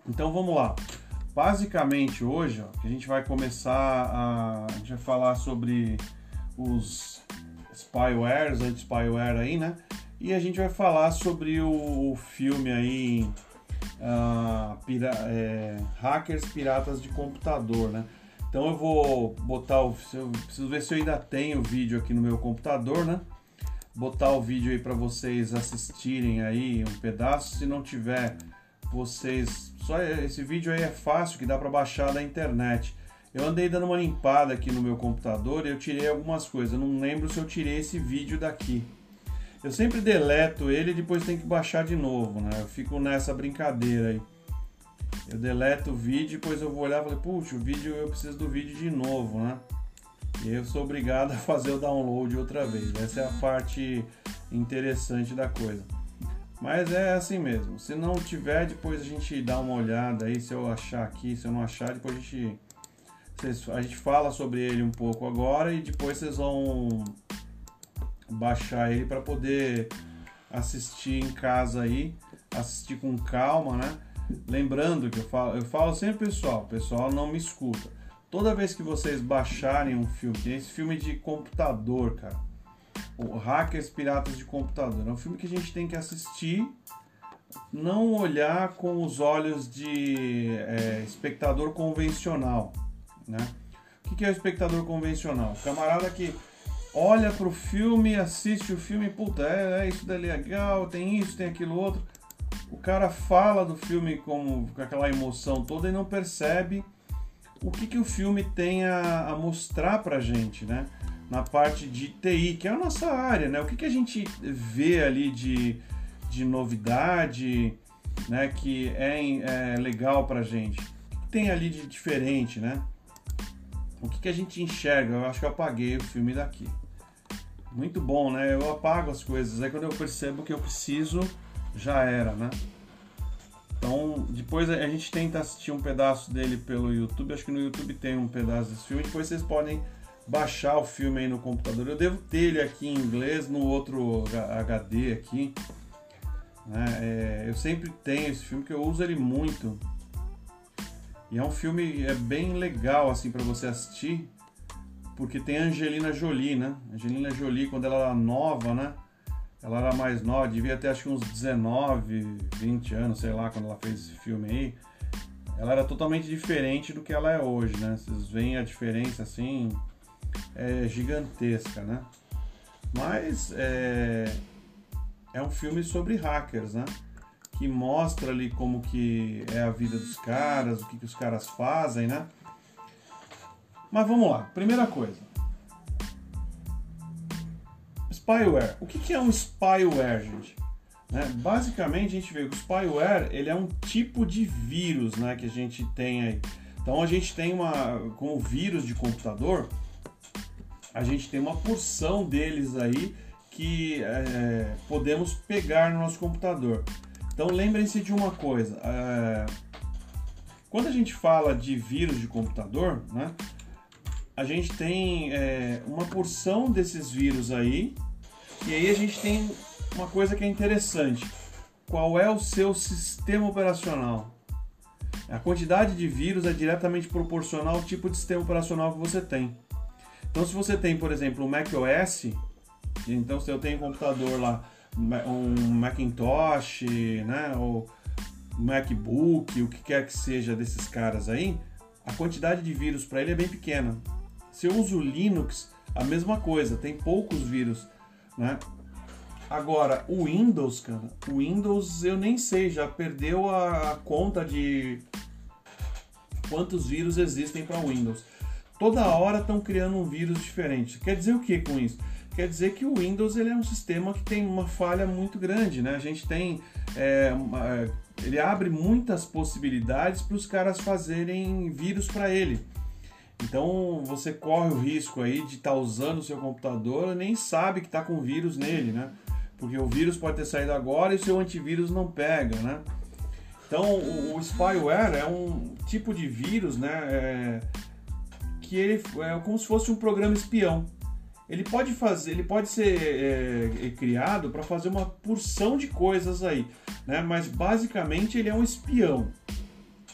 Então vamos lá. Basicamente hoje, ó, a gente vai a gente vai falar sobre os spywares, anti-spyware aí, né? E a gente vai falar sobre o filme aí, Hackers Piratas de Computador, né? Então eu vou botar eu preciso ver se eu ainda tenho o vídeo aqui no meu computador, né? Botar o vídeo aí para vocês assistirem aí um pedaço. Se não tiver, vocês só esse vídeo aí é fácil, que dá para baixar da internet. Eu andei dando uma limpada aqui no meu computador e eu tirei algumas coisas. Eu não lembro se eu tirei esse vídeo daqui. Eu sempre deleto ele e depois tenho que baixar de novo, né? Eu fico nessa brincadeira aí. Eu deleto o vídeo, depois eu vou olhar e falei, puxa, o vídeo, eu preciso do vídeo de novo, né? E eu sou obrigado a fazer o download outra vez. Essa é a parte interessante da coisa. Mas é assim mesmo. Se não tiver, depois a gente dá uma olhada aí. Se eu achar aqui, se eu não achar, depois a gente fala sobre ele um pouco agora e depois vocês vão baixar ele para poder assistir em casa aí, assistir com calma, né? Lembrando que eu falo sempre, pessoal, o pessoal não me escuta. Toda vez que vocês baixarem um filme, tem esse filme de computador, cara, o Hackers Piratas de Computador, é um filme que a gente tem que assistir, não olhar com os olhos de espectador convencional, né? O que é o espectador convencional? O camarada que olha pro filme, assiste o filme, puta, isso daí é legal, tem isso, tem aquilo outro. O cara fala do filme com aquela emoção toda e não percebe o que o filme tem a mostrar pra gente, né? Na parte de TI, que é a nossa área, né? O que a gente vê ali de novidade, né? Que é legal pra gente. O que tem ali de diferente, né? O que a gente enxerga? Eu acho que eu apaguei o filme daqui. Muito bom, né? Eu apago as coisas. Aí quando eu percebo que eu preciso, já era, né? Então, depois a gente tenta assistir um pedaço dele pelo YouTube. Acho que no YouTube tem um pedaço desse filme. Depois vocês podem baixar o filme aí no computador. Eu devo ter ele aqui em inglês, no outro HD aqui, né? Eu sempre tenho esse filme, que eu uso ele muito. E é um filme bem legal assim para você assistir, porque tem a Angelina Jolie, né? Angelina Jolie, quando ela era nova, né? Ela era mais nova, devia ter acho que uns 19, 20 anos, sei lá, quando ela fez esse filme aí. Ela era totalmente diferente do que ela é hoje, né? Vocês veem a diferença assim, é gigantesca, né? Mas é um filme sobre hackers, né? Que mostra ali como que é a vida dos caras, o que os caras fazem, né? Mas vamos lá, primeira coisa. Spyware. O que é um spyware, gente? Né? Basicamente, a gente vê que o spyware ele é um tipo de vírus, né, que a gente tem aí. Então, a gente tem com o vírus de computador, a gente tem uma porção deles aí que podemos pegar no nosso computador. Então, lembrem-se de uma coisa. Quando a gente fala de vírus de computador, né, a gente tem uma porção desses vírus aí, e aí a gente tem uma coisa que é interessante. Qual é o seu sistema operacional? A quantidade de vírus é diretamente proporcional ao tipo de sistema operacional que você tem. Então, se você tem, por exemplo, um macOS, então se eu tenho um computador lá, um Macintosh, né, ou MacBook, o que quer que seja desses caras aí, a quantidade de vírus para ele é bem pequena. Se eu uso Linux, a mesma coisa, tem poucos vírus, né? Agora, o Windows, cara, o Windows eu nem sei, já perdeu a conta de quantos vírus existem para o Windows. Toda hora estão criando um vírus diferente. Quer dizer o que com isso? Quer dizer que o Windows ele é um sistema que tem uma falha muito grande, né? A gente tem... ele abre muitas possibilidades para os caras fazerem vírus para ele. Então você corre o risco aí de estar usando o seu computador e nem sabe que está com vírus nele, né? Porque o vírus pode ter saído agora e o seu antivírus não pega, né? Então o spyware é um tipo de vírus, né? Que ele é como se fosse um programa espião. Ele pode ser criado para fazer uma porção de coisas aí, né? Mas basicamente ele é um espião.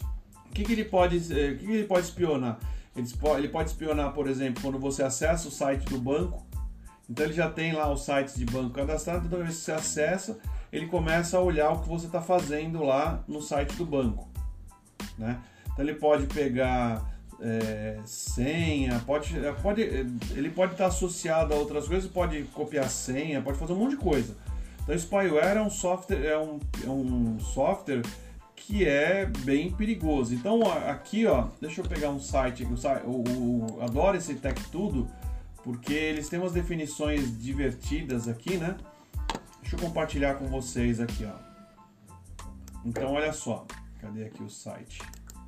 que ele pode espionar? Ele pode espionar, por exemplo, quando você acessa o site do banco. Então ele já tem lá os sites de banco cadastrados, então toda vez que você acessa, ele começa a olhar o que você está fazendo lá no site do banco, né? Então ele pode pegar senha, ele pode estar associado a outras coisas, pode copiar senha, pode fazer um monte de coisa. Então spyware é um software que é bem perigoso. Então aqui, ó, deixa eu pegar um site aqui, adoro esse Tech Tudo, porque eles têm umas definições divertidas aqui, né? Deixa eu compartilhar com vocês aqui, ó. Então, olha só. Cadê aqui o site?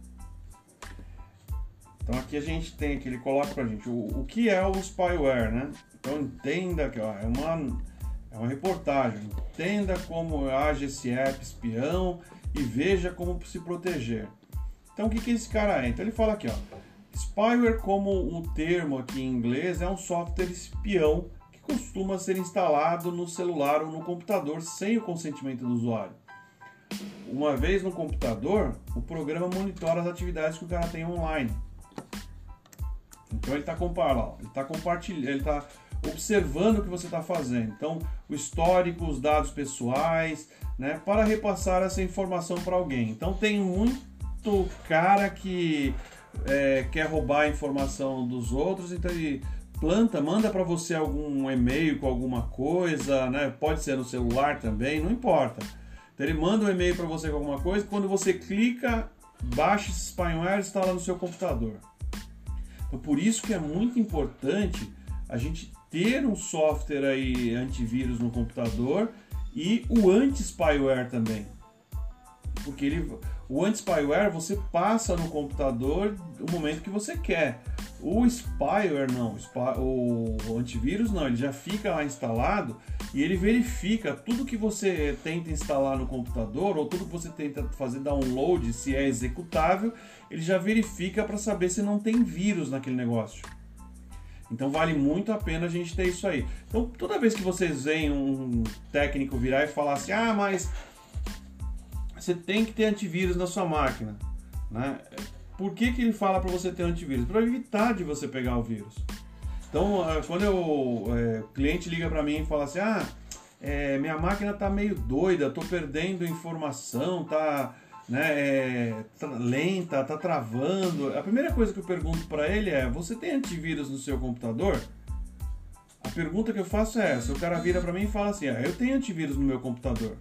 Então, aqui a gente tem, que ele coloca pra gente o que é o spyware, né? Então, entenda que, ó, é uma reportagem. Entenda como age esse app espião e veja como se proteger. Então, o que esse cara é? Então, ele fala aqui, ó. Spyware, como o termo aqui em inglês, é um software espião que costuma ser instalado no celular ou no computador sem o consentimento do usuário. Uma vez no computador, o programa monitora as atividades que o cara tem online. Então ele está compartilhando, ele está observando o que você está fazendo. Então, o histórico, os dados pessoais, né, para repassar essa informação para alguém. Então tem muito cara que quer roubar a informação dos outros, então ele manda para você algum e-mail com alguma coisa, né? Pode ser no celular também, não importa. Então ele manda um e-mail para você com alguma coisa, quando você clica, baixa esse spyware e instala no seu computador. Então por isso que é muito importante a gente ter um software aí antivírus no computador e o anti-spyware também. Porque o anti-spyware você passa no computador o momento que você quer. O spyware não, o antivírus não, ele já fica lá instalado e ele verifica tudo que você tenta instalar no computador ou tudo que você tenta fazer download, se é executável, ele já verifica para saber se não tem vírus naquele negócio. Então vale muito a pena a gente ter isso aí. Então toda vez que vocês veem um técnico virar e falar assim, mas você tem que ter antivírus na sua máquina, né? Por que ele fala para você ter antivírus? Para evitar de você pegar o vírus. Então, quando o cliente liga para mim e fala assim, minha máquina está meio doida, estou perdendo informação, tá lenta, está travando. A primeira coisa que eu pergunto para ele é, você tem antivírus no seu computador? A pergunta que eu faço é essa, o cara vira para mim e fala assim, eu tenho antivírus no meu computador.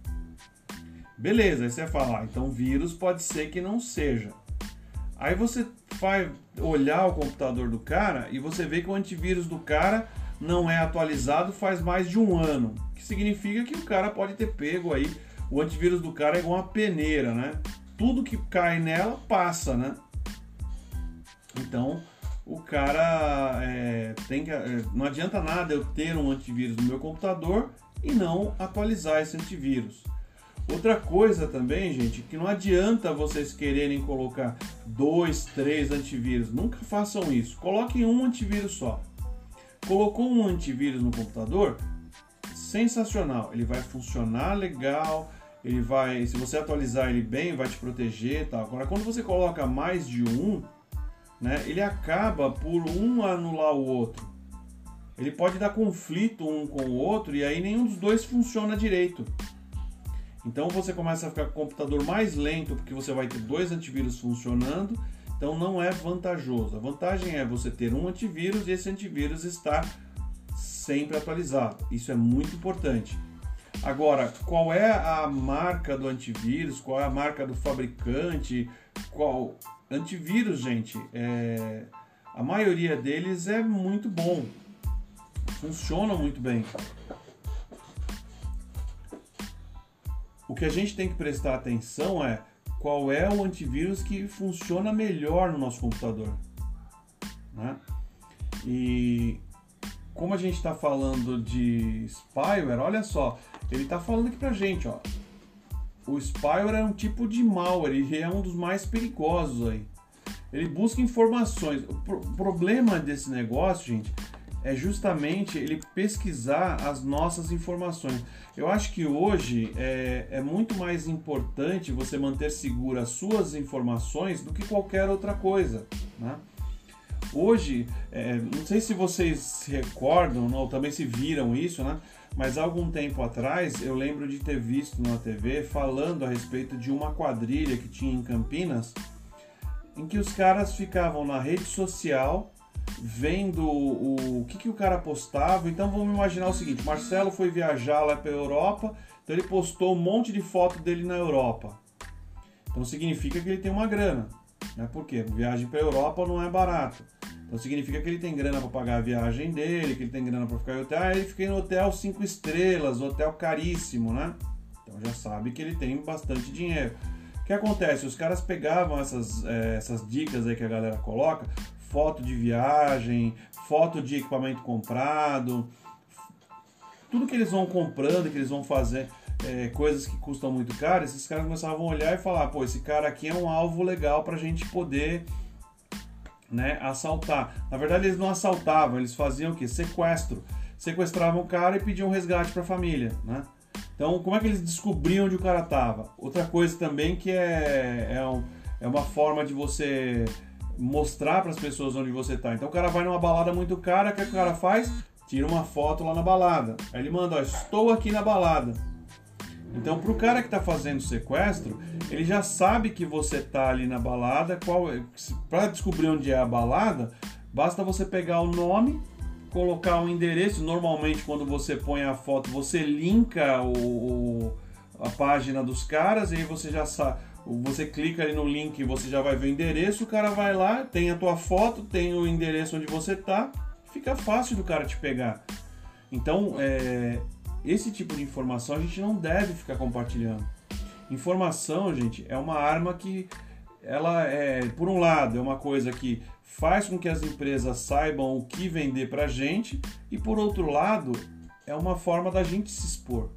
Beleza, aí você fala, então vírus pode ser que não seja. Aí você vai olhar o computador do cara e você vê que o antivírus do cara não é atualizado faz mais de um ano. Que significa que o cara pode ter pego aí, o antivírus do cara é igual uma peneira, né? Tudo que cai nela passa, né? Então o cara não adianta nada eu ter um antivírus no meu computador e não atualizar esse antivírus. Outra coisa também, gente, que não adianta vocês quererem colocar 2, 3 antivírus. Nunca façam isso. Coloquem um antivírus só. Colocou um antivírus no computador, sensacional. Ele vai funcionar legal, ele vai, se você atualizar ele bem, vai te proteger e tal. Agora, quando você coloca mais de um, né, ele acaba por um anular o outro. Ele pode dar conflito um com o outro e aí nenhum dos dois funciona direito. Então você começa a ficar com o computador mais lento porque você vai ter 2 antivírus funcionando, então não é vantajoso. A vantagem é você ter um antivírus e esse antivírus estar sempre atualizado. Isso é muito importante. Agora, qual é a marca do antivírus? Qual é a marca do fabricante? Antivírus, gente, a maioria deles é muito bom. Funcionam muito bem. O que a gente tem que prestar atenção é qual é o antivírus que funciona melhor no nosso computador, né? E como a gente está falando de spyware, olha só, ele está falando aqui pra gente, ó, o spyware é um tipo de malware e é um dos mais perigosos aí. Ele busca informações. O problema desse negócio, gente, é justamente ele pesquisar as nossas informações. Eu acho que hoje é muito mais importante você manter segura as suas informações do que qualquer outra coisa, né? Hoje, não sei se vocês se recordam ou também se viram isso, né? Mas há algum tempo atrás eu lembro de ter visto na TV falando a respeito de uma quadrilha que tinha em Campinas, em que os caras ficavam na rede social vendo o que o cara postava. Então vamos imaginar o seguinte: Marcelo foi viajar lá para a Europa, então ele postou um monte de foto dele na Europa. Então significa que ele tem uma grana, né? Porque viagem para a Europa não é barato. Então significa que ele tem grana para pagar a viagem dele, que ele tem grana para ficar em hotel. Ele fica em hotel 5 estrelas, hotel caríssimo, né? Então já sabe que ele tem bastante dinheiro. O que acontece? Os caras pegavam essas dicas aí que a galera coloca, foto de viagem, foto de equipamento comprado, tudo que eles vão comprando, que eles vão fazer, coisas que custam muito caro. Esses caras começavam a olhar e falar: pô, esse cara aqui é um alvo legal pra gente poder, né, assaltar. Na verdade eles não assaltavam, eles faziam o quê? Sequestro. Sequestravam o cara e pediam resgate para a família, né? Então como é que eles descobriam onde o cara estava? Outra coisa também que é uma forma de você mostrar para as pessoas onde você está. Então o cara vai numa balada muito cara, o que o cara faz? Tira uma foto lá na balada. Aí ele manda: ó, estou aqui na balada. Então, para o cara que está fazendo o sequestro, ele já sabe que você está ali na balada. Para descobrir onde é a balada, basta você pegar o nome, colocar o endereço. Normalmente, quando você põe a foto, você linka a página dos caras, e aí você já sabe. Você clica ali no link e você já vai ver o endereço. O cara vai lá, tem a tua foto, tem o endereço onde você está. Fica fácil do cara te pegar. Então, esse tipo de informação a gente não deve ficar compartilhando. Informação, gente, é uma arma que ela por um lado, é uma coisa que faz com que as empresas saibam o que vender pra gente, e por outro lado, é uma forma da gente se expor.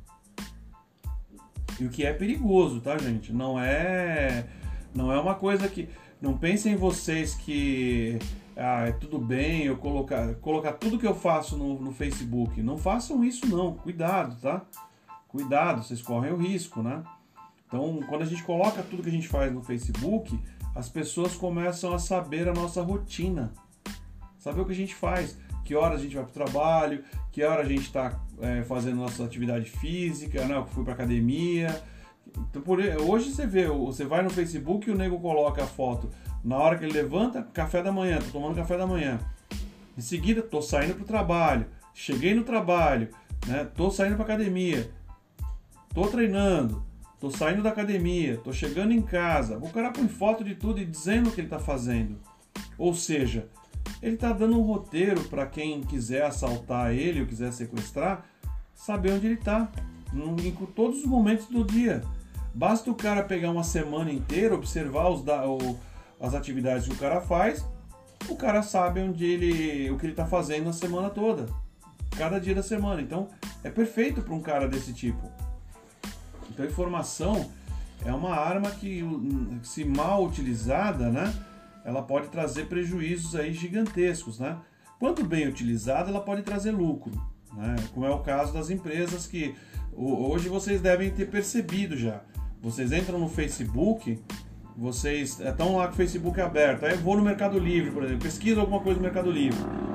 E o que é perigoso, tá, gente? Não é uma coisa que... Não pensem vocês que... é tudo bem eu colocar tudo que eu faço no Facebook. Não façam isso não, cuidado, tá? Cuidado, vocês correm o risco, né? Então, quando a gente coloca tudo que a gente faz no Facebook, as pessoas começam a saber a nossa rotina, saber o que a gente faz, que horas a gente vai para o trabalho, que hora a gente está fazendo nossa atividade física, né? Eu fui para academia. Então, hoje você vai no Facebook e o nego coloca a foto. Na hora que ele levanta, café da manhã, tô tomando café da manhã. Em seguida, tô saindo pro trabalho, cheguei no trabalho, né? Tô saindo pra academia, tô treinando, tô saindo da academia, tô chegando em casa. O cara põe foto de tudo e dizendo o que ele tá fazendo. Ou seja, ele tá dando um roteiro para quem quiser assaltar ele ou quiser sequestrar, saber onde ele tá, em todos os momentos do dia. Basta o cara pegar uma semana inteira, observar as atividades que o cara faz, o cara sabe o que ele está fazendo na semana toda, cada dia da semana. Então é perfeito para um cara desse tipo. Então a informação é uma arma que, se mal utilizada, né, ela pode trazer prejuízos aí gigantescos, né? Quanto bem utilizada, ela pode trazer lucro, né? Como é o caso das empresas que hoje vocês devem ter percebido já. Vocês entram no Facebook, vocês estão lá com o Facebook aberto, aí eu vou no Mercado Livre, por exemplo, pesquiso alguma coisa no Mercado Livre.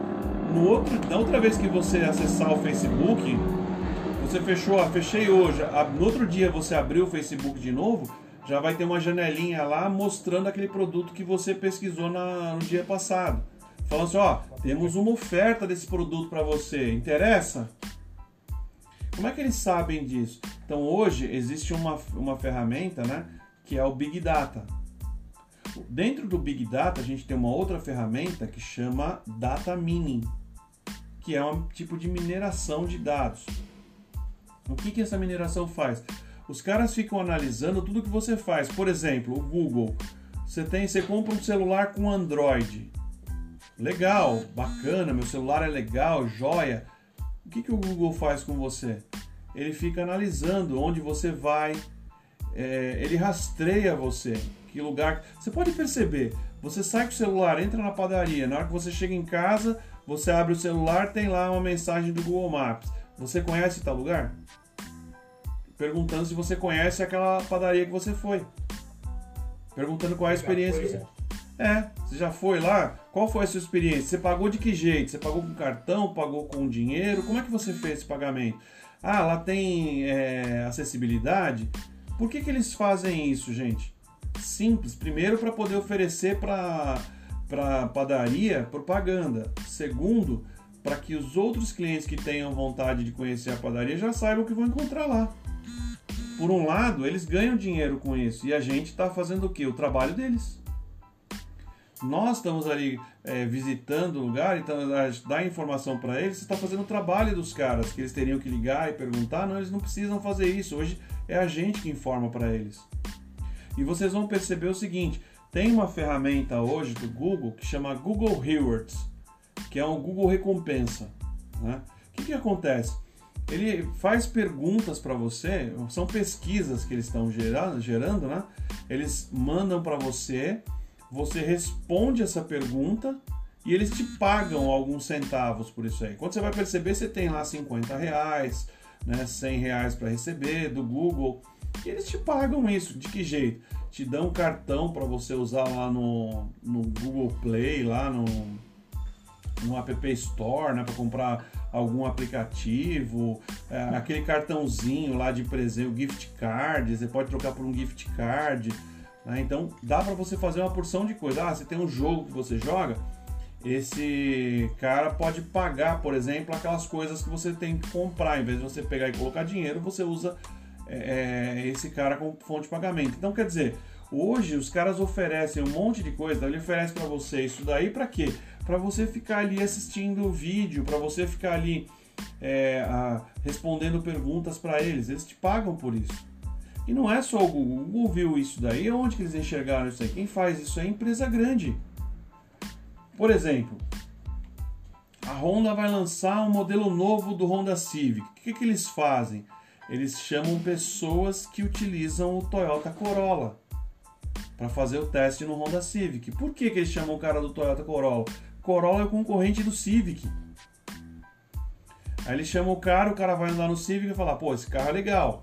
Na outra vez que você acessar o Facebook, você fechei hoje, no outro dia você abriu o Facebook de novo, já vai ter uma janelinha lá mostrando aquele produto que você pesquisou no dia passado. Falando assim: ó, temos uma oferta desse produto para você, interessa? Como é que eles sabem disso? Então hoje existe uma ferramenta, né, que é o Big Data. Dentro do Big Data a gente tem uma outra ferramenta que chama Data Mining, que é um tipo de mineração de dados. O que essa mineração faz? Os caras ficam analisando tudo que você faz. Por exemplo, o Google. Você compra um celular com Android. Legal, bacana, meu celular é legal, joia. O que o Google faz com você? Ele fica analisando onde você vai, ele rastreia você, que lugar... Você pode perceber, você sai com o celular, entra na padaria, na hora que você chega em casa, Você abre o celular, tem lá uma mensagem do Google Maps. Você conhece tal lugar? Perguntando se você conhece aquela padaria que você foi. Perguntando qual é a experiência que você... você já foi lá? Qual foi a sua experiência? Você pagou de que jeito? Você pagou com cartão? Pagou com dinheiro? Como é que você fez esse pagamento? Ah, lá tem acessibilidade? Por que eles fazem isso, gente? Simples. Primeiro, para poder oferecer para padaria propaganda. Segundo, para que os outros clientes que tenham vontade de conhecer a padaria já saibam o que vão encontrar lá. Por um lado, eles ganham dinheiro com isso e a gente está fazendo o quê? O trabalho deles. Nós estamos ali visitando o lugar, então dar informação para eles, você está fazendo o trabalho dos caras, que eles teriam que ligar e perguntar. Não, eles não precisam fazer isso. Hoje é a gente que informa para eles. E vocês vão perceber o seguinte, tem uma ferramenta hoje do Google que chama Google Rewards, que é um Google Recompensa, né? O que acontece? Ele faz perguntas para você, são pesquisas que eles estão gerando, né? Eles mandam para você, você responde essa pergunta e eles te pagam alguns centavos por isso aí. Quando você vai perceber, você tem lá R$50, né, R$100 para receber do Google, e eles te pagam isso. De que jeito? Te dão um cartão para você usar lá no Google Play, lá no App Store, né, para comprar algum aplicativo, aquele cartãozinho lá de presente, o gift card, você pode trocar por um gift card, né? Então dá para você fazer uma porção de coisa. Você tem um jogo que você joga, esse cara pode pagar, por exemplo, aquelas coisas que você tem que comprar. Em vez de você pegar e colocar dinheiro, você usa esse cara como fonte de pagamento. Então, quer dizer, hoje os caras oferecem um monte de coisa. Ele oferece para você isso daí para quê? Para você ficar ali assistindo o vídeo, para você ficar ali respondendo perguntas para eles. Eles te pagam por isso. E não é só o Google. O Google viu isso daí. Onde que eles enxergaram isso aí? Quem faz isso é empresa grande. Por exemplo, a Honda vai lançar um modelo novo do Honda Civic. O que eles fazem? Eles chamam pessoas que utilizam o Toyota Corolla para fazer o teste no Honda Civic. Por que eles chamam o cara do Toyota Corolla? Corolla é o concorrente do Civic. Aí eles chamam o cara vai andar no Civic e falar, pô, esse carro é legal.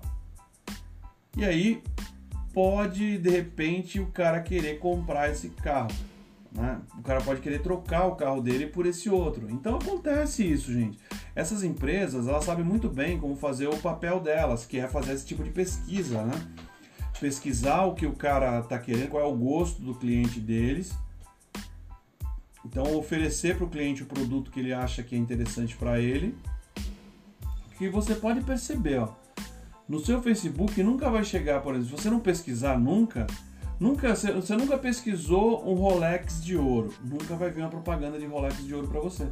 E aí pode, de repente, o cara querer comprar esse carro, né? O cara pode querer trocar o carro dele por esse outro. Então acontece isso, gente. Essas empresas, elas sabem muito bem como fazer o papel delas, que é fazer esse tipo de pesquisa, né? Pesquisar o que o cara está querendo, qual é o gosto do cliente deles. Então oferecer para o cliente o produto que ele acha que é interessante para ele. Que você pode perceber, ó, no seu Facebook nunca vai chegar, por exemplo, se você não pesquisar você nunca pesquisou um Rolex de ouro, nunca vai vir uma propaganda de Rolex de ouro para você.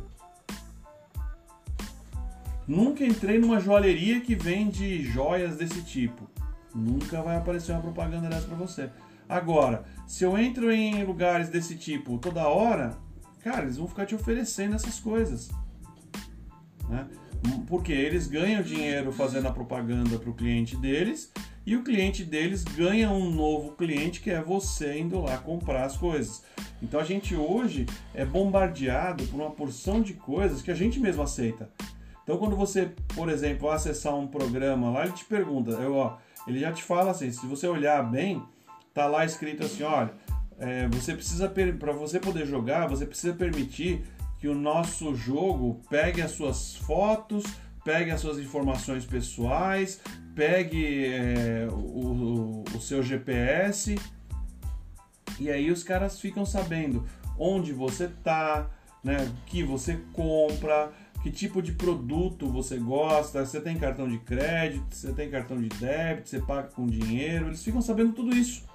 Nunca entrei numa joalheria que vende joias desse tipo, nunca vai aparecer uma propaganda dessa para você. Agora, se eu entro em lugares desse tipo toda hora, cara, eles vão ficar te oferecendo essas coisas, né? Porque eles ganham dinheiro fazendo a propaganda para o cliente deles e o cliente deles ganha um novo cliente, que é você indo lá comprar as coisas. Então a gente hoje é bombardeado por uma porção de coisas que a gente mesmo aceita. Então quando você, por exemplo, vai acessar um programa lá, ele te pergunta, ele já te fala assim, se você olhar bem, tá lá escrito assim, olha, você precisa, para você poder jogar, você precisa permitir que o nosso jogo pegue as suas fotos, pegue as suas informações pessoais, pegue o seu GPS, e aí os caras ficam sabendo onde você está, né, o que você compra, que tipo de produto você gosta, você tem cartão de crédito, você tem cartão de débito, você paga com dinheiro, eles ficam sabendo tudo isso.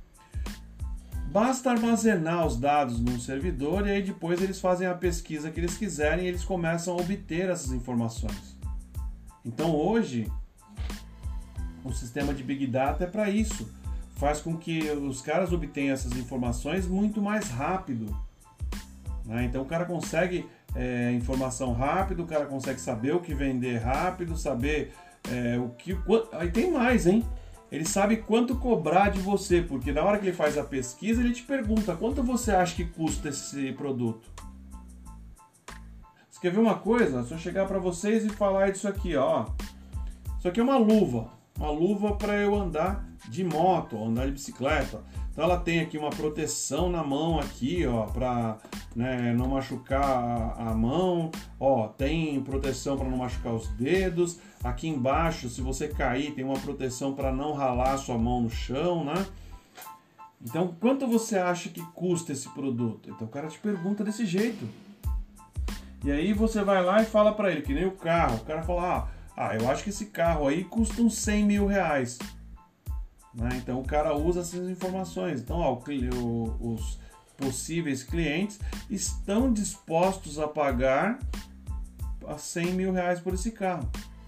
Basta armazenar os dados num servidor e aí depois eles fazem a pesquisa que eles quiserem e eles começam a obter essas informações. Então hoje, o sistema de Big Data é para isso. Faz com que os caras obtenham essas informações muito mais rápido, né? Então o cara consegue informação rápido, o cara consegue saber o que vender rápido, saber aí tem mais, hein? Ele sabe quanto cobrar de você, porque na hora que ele faz a pesquisa, ele te pergunta quanto você acha que custa esse produto. quer ver uma coisa? Se eu chegar para vocês e falar disso aqui, ó. Isso aqui é uma luva para eu andar de moto, andar de bicicleta. Então ela tem aqui uma proteção na mão aqui, ó, para, né, não machucar a mão. Ó, tem proteção para não machucar os dedos. Aqui embaixo, se você cair, tem uma proteção para não ralar a sua mão no chão, né? Então, quanto você acha que custa esse produto? Então o cara te pergunta desse jeito. E aí você vai lá e fala para ele, que nem o carro. O cara fala, eu acho que esse carro aí custa uns 100 mil reais. Né? Então o cara usa essas informações. Então os possíveis clientes estão dispostos a pagar 100 mil reais por esse carro.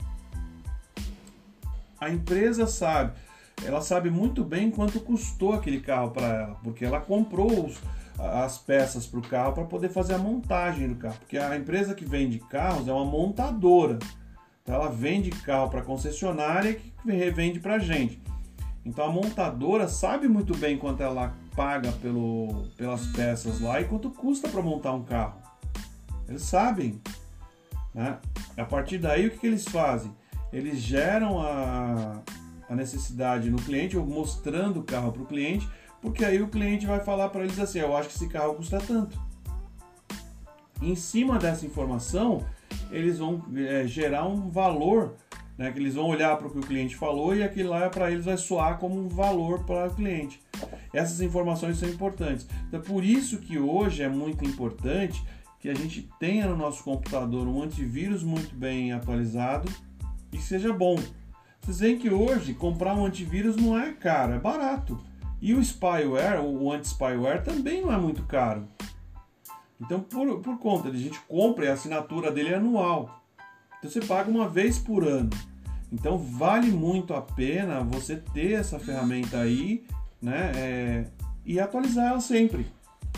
A empresa sabe, ela sabe muito bem quanto custou aquele carro para ela, porque ela comprou as peças para o carro para poder fazer a montagem do carro. Porque a empresa que vende carros é uma montadora. Então ela vende carro para a concessionária que revende para a gente. Então a montadora sabe muito bem quanto ela paga pelas peças lá e quanto custa para montar um carro. Eles sabem. Né? A partir daí o que eles fazem? Eles geram a necessidade no cliente, ou mostrando o carro para o cliente, porque aí o cliente vai falar para eles assim, eu acho que esse carro custa tanto. E em cima dessa informação, eles vão gerar um valor, né, que eles vão olhar para o que o cliente falou e aquilo lá para eles vai soar como um valor para o cliente. Essas informações são importantes. Então, por isso que hoje é muito importante que a gente tenha no nosso computador um antivírus muito bem atualizado e seja bom. Vocês veem que hoje comprar um antivírus não é caro, é barato. E o spyware, o anti-spyware, também não é muito caro. Então, por conta de a gente compra e a assinatura dele é anual. Então, você paga uma vez por ano. Então, vale muito a pena você ter essa ferramenta aí, né, e atualizar ela sempre.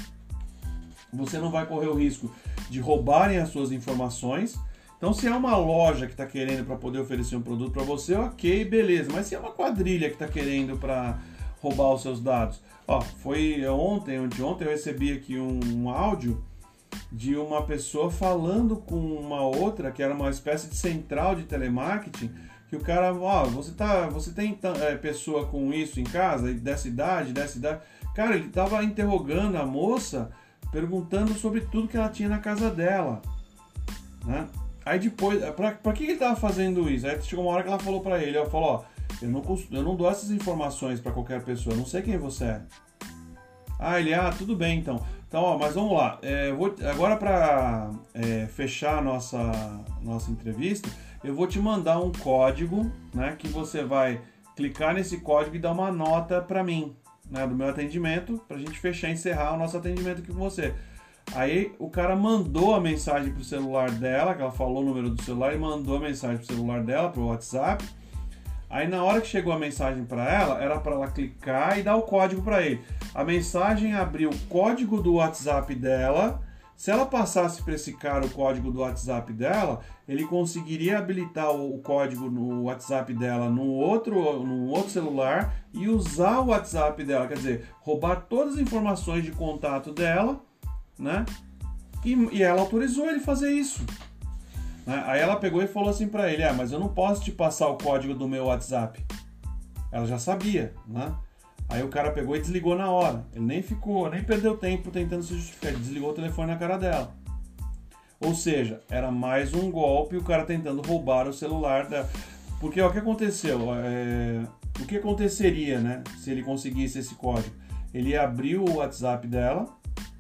Você não vai correr o risco de roubarem as suas informações. Então, se é uma loja que está querendo para poder oferecer um produto para você, ok, beleza. Mas se é uma quadrilha que está querendo para roubar os seus dados? Ó, foi anteontem eu recebi aqui um áudio de uma pessoa falando com uma outra, que era uma espécie de central de telemarketing, que o cara, você tem pessoa com isso em casa, dessa idade? Cara, ele estava interrogando a moça, perguntando sobre tudo que ela tinha na casa dela, né? Aí depois, pra que ele tava fazendo isso? Aí chegou uma hora que ela falou pra ele, ela falou, eu não dou essas informações pra qualquer pessoa, eu não sei quem você é. Tudo bem então. Então, mas vamos lá, agora pra fechar a nossa entrevista, eu vou te mandar um código, né, que você vai clicar nesse código e dar uma nota pra mim, né, do meu atendimento, pra gente encerrar o nosso atendimento aqui com você. Aí o cara mandou a mensagem pro celular dela, que ela falou o número do celular e mandou a mensagem pro celular dela, pro WhatsApp. Aí na hora que chegou a mensagem para ela, era para ela clicar e dar o código para ele. A mensagem abriu o código do WhatsApp dela. Se ela passasse para esse cara o código do WhatsApp dela, ele conseguiria habilitar o código no WhatsApp dela num outro celular e usar o WhatsApp dela, quer dizer, roubar todas as informações de contato dela, né? E ela autorizou ele fazer isso, né? Aí ela pegou e falou assim para ele, mas eu não posso te passar o código do meu WhatsApp. Ela já sabia, né? Aí o cara pegou e desligou na hora. Ele nem perdeu tempo tentando se justificar, ele desligou o telefone na cara dela. Ou seja, era mais um golpe, o cara tentando roubar o celular dela. Porque o que aconteceu? O que aconteceria, né, se ele conseguisse esse código? Ele abriu o WhatsApp dela,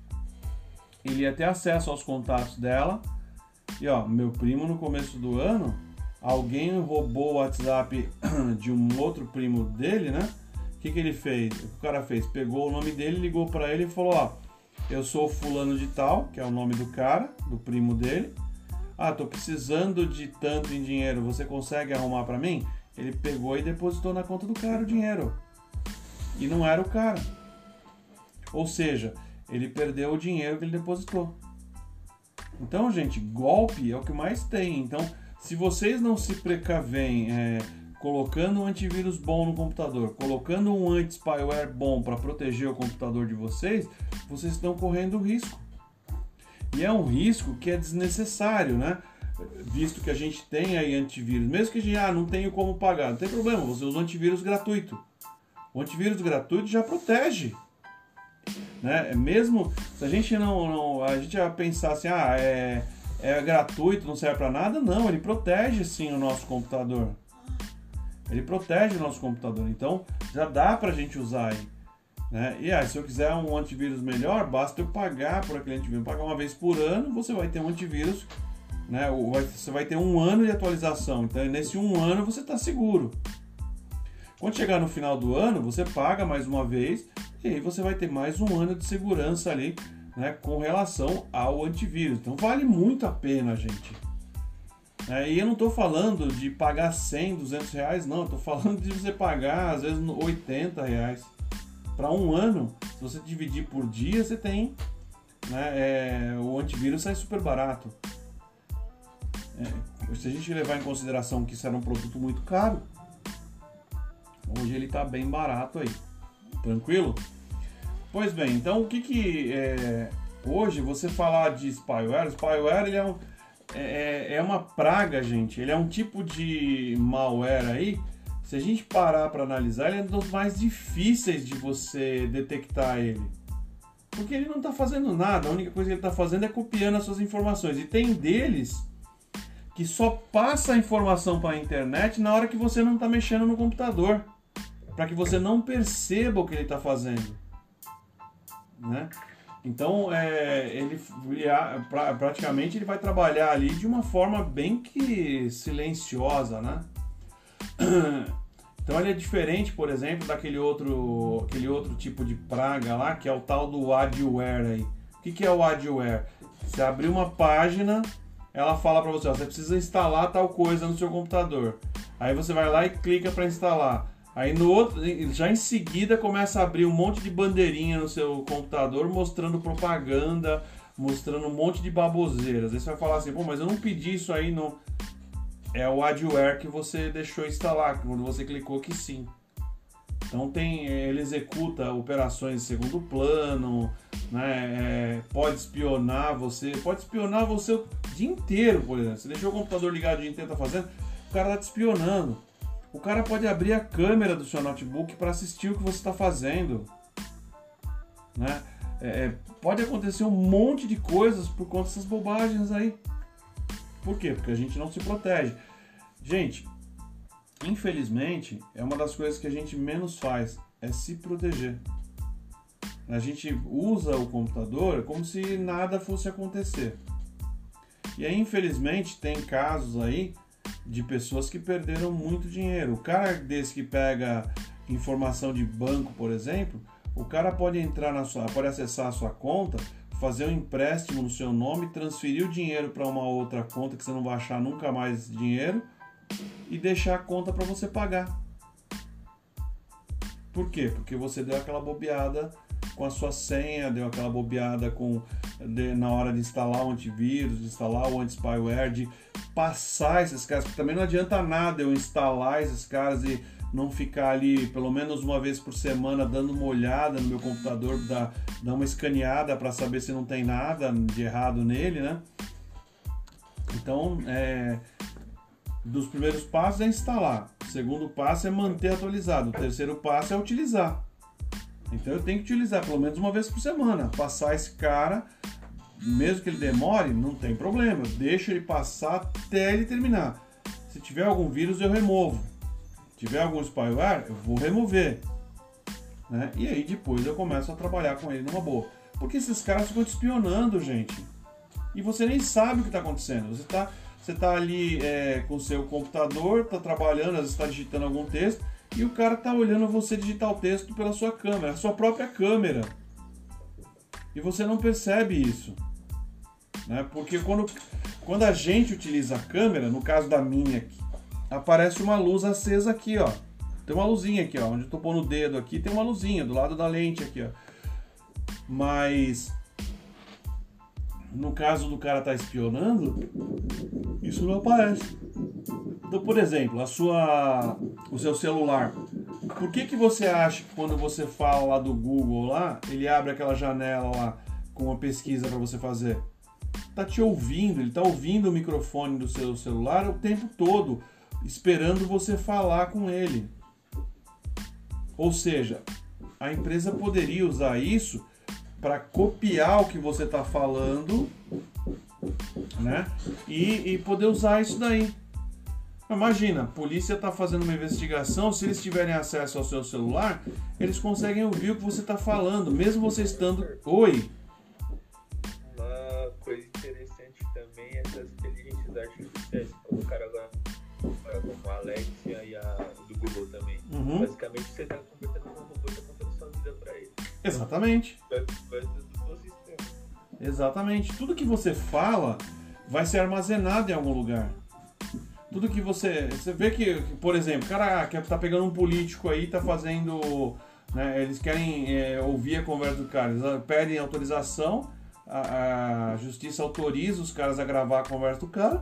ele ia ter acesso aos contatos dela. E meu primo no começo do ano, alguém roubou o WhatsApp de um outro primo dele, né? O que ele fez? O que o cara fez? Pegou o nome dele, ligou para ele e falou, eu sou fulano de tal, que é o nome do cara, do primo dele. Tô precisando de tanto em dinheiro, você consegue arrumar para mim? Ele pegou e depositou na conta do cara o dinheiro. E não era o cara. Ou seja, ele perdeu o dinheiro que ele depositou. Então, gente, golpe é o que mais tem. Então, se vocês não se precavem colocando um antivírus bom no computador, colocando um anti-spyware bom para proteger o computador de vocês, vocês estão correndo risco. E é um risco que é desnecessário, né? Visto que a gente tem aí antivírus, mesmo que a gente não tenha como pagar, não tem problema, você usa um antivírus gratuito. O antivírus gratuito já protege, né? Mesmo se a gente a gente vai pensar assim, é gratuito, não serve para nada, não, ele protege sim o nosso computador. Ele protege o nosso computador, então já dá pra gente usar aí, né? E se eu quiser um antivírus melhor, basta eu pagar por aquele antivírus, pagar uma vez por ano, você vai ter um antivírus, né? Você vai ter 1 ano de atualização, então nesse 1 ano você está seguro. Quando chegar no final do ano, você paga mais uma vez e aí você vai ter mais 1 ano de segurança ali, né, com relação ao antivírus. Então vale muito a pena, gente. E eu não estou falando de pagar 100, 200 reais, não. Estou falando de você pagar, às vezes, 80 reais. Para 1 ano, se você dividir por dia, você tem, né, o antivírus sai super barato. Se a gente levar em consideração que isso era um produto muito caro, hoje ele está bem barato aí. Tranquilo? Pois bem, então o que hoje você falar de spyware, ele é uma praga, gente. Ele é um tipo de malware aí. Se a gente parar para analisar, ele é um dos mais difíceis de você detectar ele. Porque ele não está fazendo nada, a única coisa que ele está fazendo é copiando as suas informações. E tem deles que só passa a informação para a internet na hora que você não está mexendo no computador, para que você não perceba o que ele está fazendo, né? Então, praticamente ele vai trabalhar ali de uma forma bem que silenciosa, né? Então ele é diferente, por exemplo, daquele outro tipo de praga lá, que é o tal do adware aí. O que é o adware? Você abrir uma página, ela fala para você, você precisa instalar tal coisa no seu computador. Aí você vai lá e clica para instalar. Aí já em seguida começa a abrir um monte de bandeirinha no seu computador mostrando propaganda, mostrando um monte de baboseiras. Aí você vai falar assim, mas eu não pedi isso aí, não. É o adware que você deixou instalar, quando você clicou que sim. Então ele executa operações de segundo plano, né? Pode espionar você o dia inteiro, por exemplo. Você deixou o computador ligado o dia inteiro, tá fazendo, o cara tá te espionando. O cara pode abrir a câmera do seu notebook para assistir o que você está fazendo, né? Pode acontecer um monte de coisas por conta dessas bobagens aí. Por quê? Porque a gente não se protege. Gente, infelizmente, é uma das coisas que a gente menos faz, é se proteger. A gente usa o computador como se nada fosse acontecer. E aí, infelizmente, tem casos aí de pessoas que perderam muito dinheiro. O cara desse que pega informação de banco, por exemplo, o cara pode pode acessar a sua conta, fazer um empréstimo no seu nome, transferir o dinheiro para uma outra conta que você não vai achar nunca mais esse dinheiro e deixar a conta para você pagar. Por quê? Porque você deu aquela bobeada com a sua senha, deu aquela bobeada na hora de instalar o antivírus, de instalar o anti-spyware, de passar esses caras, porque também não adianta nada eu instalar esses caras e não ficar ali pelo menos uma vez por semana dando uma olhada no meu computador, dar uma escaneada para saber se não tem nada de errado nele, né? Então, dos primeiros passos é instalar, o segundo passo é manter atualizado, o terceiro passo é utilizar. Então eu tenho que utilizar pelo menos uma vez por semana, passar esse cara, mesmo que ele demore, não tem problema, eu deixo ele passar até ele terminar. Se tiver algum vírus eu removo, se tiver algum spyware eu vou remover, né? E aí depois eu começo a trabalhar com ele numa boa, porque esses caras ficam te espionando, gente, e você nem sabe o que está acontecendo. Você tá ali com o seu computador, está trabalhando, às vezes está digitando algum texto, e o cara está olhando você digitar o texto pela sua câmera, a sua própria câmera. E você não percebe isso, né? Porque quando a gente utiliza a câmera, no caso da minha aqui, aparece uma luz acesa aqui, ó. Tem uma luzinha aqui, ó. Onde eu tô pondo o dedo aqui, tem uma luzinha do lado da lente aqui, ó. Mas no caso do cara estar espionando, isso não aparece. Então, por exemplo, o seu celular. Por que você acha que quando você fala lá do Google lá, ele abre aquela janela lá com uma pesquisa para você fazer? tá te ouvindo, ele tá ouvindo o microfone do seu celular o tempo todo, esperando você falar com ele. Ou seja, a empresa poderia usar isso para copiar o que você está falando, né? E poder usar isso daí. Imagina, a polícia está fazendo uma investigação, se eles tiverem acesso ao seu celular, eles conseguem ouvir o que você está falando, mesmo você estando... Oi? Uma coisa interessante também é essas inteligências artificiais, colocaram agora como a Alexia e a do Google também. Basicamente você está conversando com o robô e está contando sua vida para ele. Exatamente. Vai do seu sistema. Exatamente. Tudo que você fala vai ser armazenado em algum lugar. Tudo que você vê que, por exemplo, o cara que tá pegando um político aí, tá fazendo, né, eles querem ouvir a conversa do cara, eles pedem autorização, a justiça autoriza os caras a gravar a conversa do cara,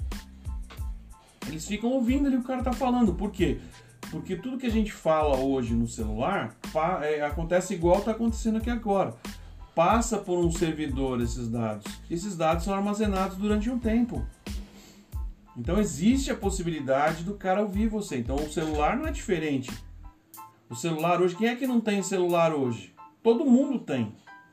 eles ficam ouvindo ali o que o cara tá falando. Por quê? Porque tudo que a gente fala hoje no celular acontece igual tá acontecendo aqui agora. Passa por um servidor esses dados. Esses dados são armazenados durante um tempo. Então existe a possibilidade do cara ouvir você. Então o celular não é diferente. O celular hoje, quem é que não tem celular hoje? Todo mundo tem.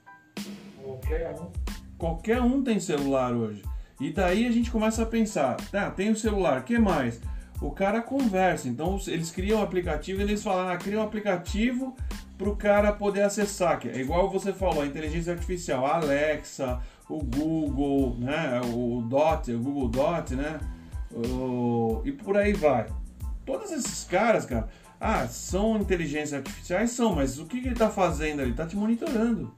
Qualquer um tem celular hoje. E daí a gente começa a pensar, tem o celular, o que mais? O cara conversa. Então eles criam um aplicativo e eles falam, cria um aplicativo para o cara poder acessar. Que é igual você falou, a inteligência artificial, a Alexa, o Google, né? o Google Dot, né? E por aí vai. Todos esses caras, cara, são inteligências artificiais? São, mas o que ele está fazendo ali? Está te monitorando.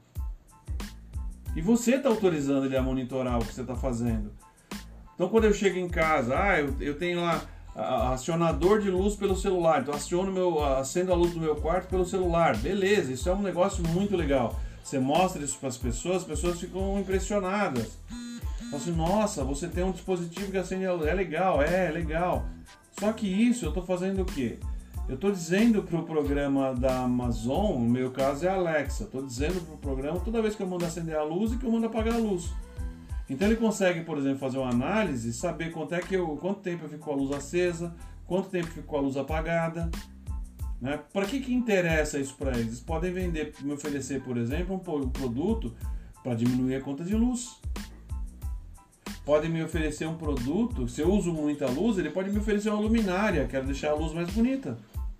E você está autorizando ele a monitorar o que você está fazendo. Então quando eu chego em casa, eu tenho lá acionador de luz pelo celular, então acendo a luz do meu quarto pelo celular. Beleza, isso é um negócio muito legal. Você mostra isso para as pessoas ficam impressionadas. Fala assim, nossa, você tem um dispositivo que acende a luz. É legal. Só que isso eu estou fazendo o quê? Eu estou dizendo para o programa da Amazon, no meu caso é a Alexa, estou dizendo para o programa toda vez que eu mando acender a luz e que eu mando apagar a luz. Então ele consegue, por exemplo, fazer uma análise e saber quanto tempo eu fico com a luz acesa, quanto tempo eu fico com a luz apagada. Né? Para que interessa isso para eles? Eles podem me oferecer, por exemplo, um produto para diminuir a conta de luz. Podem me oferecer um produto, se eu uso muita luz, ele pode me oferecer uma luminária, quero deixar a luz mais bonita.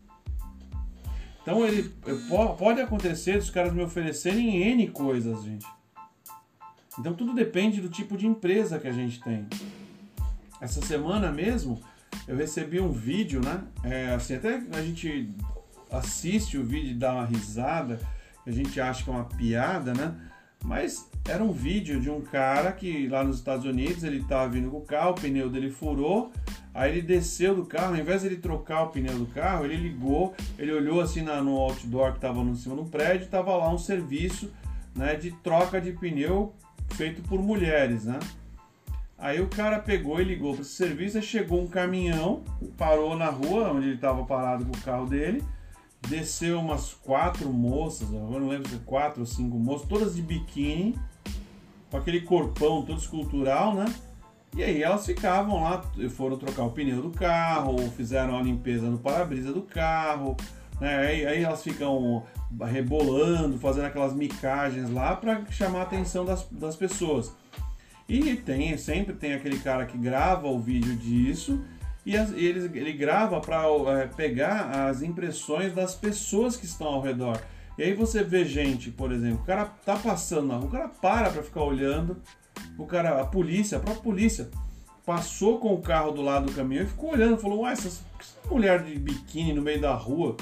Então pode acontecer dos caras me oferecerem N coisas, gente. Então tudo depende do tipo de empresa que a gente tem. Essa semana mesmo, eu recebi um vídeo, né? Assim, até a gente assiste o vídeo e dá uma risada, a gente acha que é uma piada, né? Mas era um vídeo de um cara que lá nos Estados Unidos, ele estava vindo com o carro, o pneu dele furou, aí ele desceu do carro, ao invés de ele trocar o pneu do carro, ele ligou, ele olhou assim no outdoor que estava em cima do prédio, estava lá um serviço, né, de troca de pneu feito por mulheres, né? Aí o cara pegou e ligou para esse serviço, aí chegou um caminhão, parou na rua onde ele estava parado com o carro dele, desceu umas 4 moças, eu não lembro se 4 ou 5 moças, todas de biquíni, com aquele corpão todo escultural, né? E aí elas ficavam lá, foram trocar o pneu do carro, fizeram a limpeza no para-brisa do carro, né? Aí elas ficam rebolando, fazendo aquelas micagens lá para chamar a atenção das pessoas. E sempre tem aquele cara que grava o vídeo disso, e ele grava para pegar as impressões das pessoas que estão ao redor. E aí você vê gente, por exemplo, o cara tá passando na rua, o cara para ficar olhando, a própria polícia, passou com o carro do lado do caminhão e ficou olhando, falou, uai, essa mulher de biquíni no meio da rua,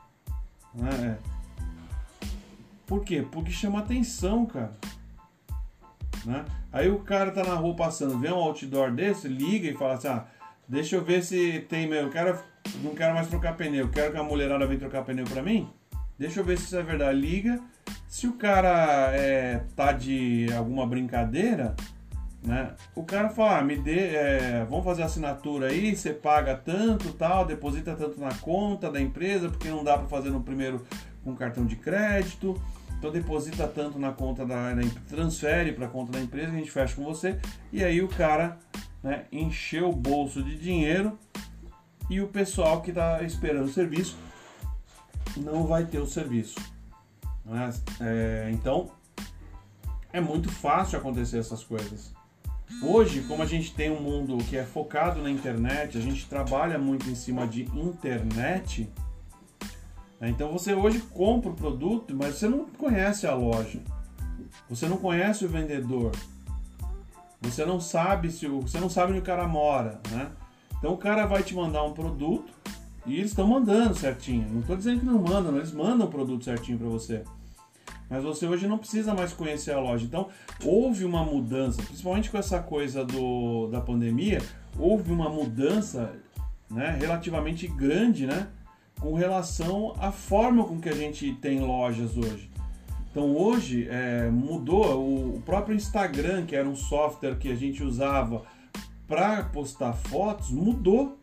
né? Por quê? Porque chama atenção, cara. Né? Aí o cara tá na rua passando, vê um outdoor desse, liga e fala assim, deixa eu ver se tem mesmo, não quero mais trocar pneu, quero que a mulherada venha trocar pneu pra mim, deixa eu ver se isso é verdade, liga, se o cara tá de alguma brincadeira, né, o cara fala, vamos fazer a assinatura aí, você paga tanto, tal, deposita tanto na conta da empresa, porque não dá pra fazer no primeiro com cartão de crédito, Então deposita tanto na conta transfere para a conta da empresa, a gente fecha com você, e aí o cara, né, encheu o bolso de dinheiro e o pessoal que está esperando o serviço não vai ter o serviço. Né? Então é muito fácil acontecer essas coisas. Hoje, como a gente tem um mundo que é focado na internet, a gente trabalha muito em cima de internet, né? Então você hoje compra o produto, mas você não conhece a loja, você não conhece o vendedor, você não sabe onde o cara mora, né? Então o cara vai te mandar um produto e eles estão mandando certinho. Não estou dizendo que não mandam, eles mandam o produto certinho para você. Mas você hoje não precisa mais conhecer a loja. Então, houve uma mudança, principalmente com essa coisa da pandemia, houve uma mudança, né, relativamente grande, né, com relação à forma com que a gente tem lojas hoje. Então, hoje, mudou o próprio Instagram, que era um software que a gente usava para postar fotos, mudou.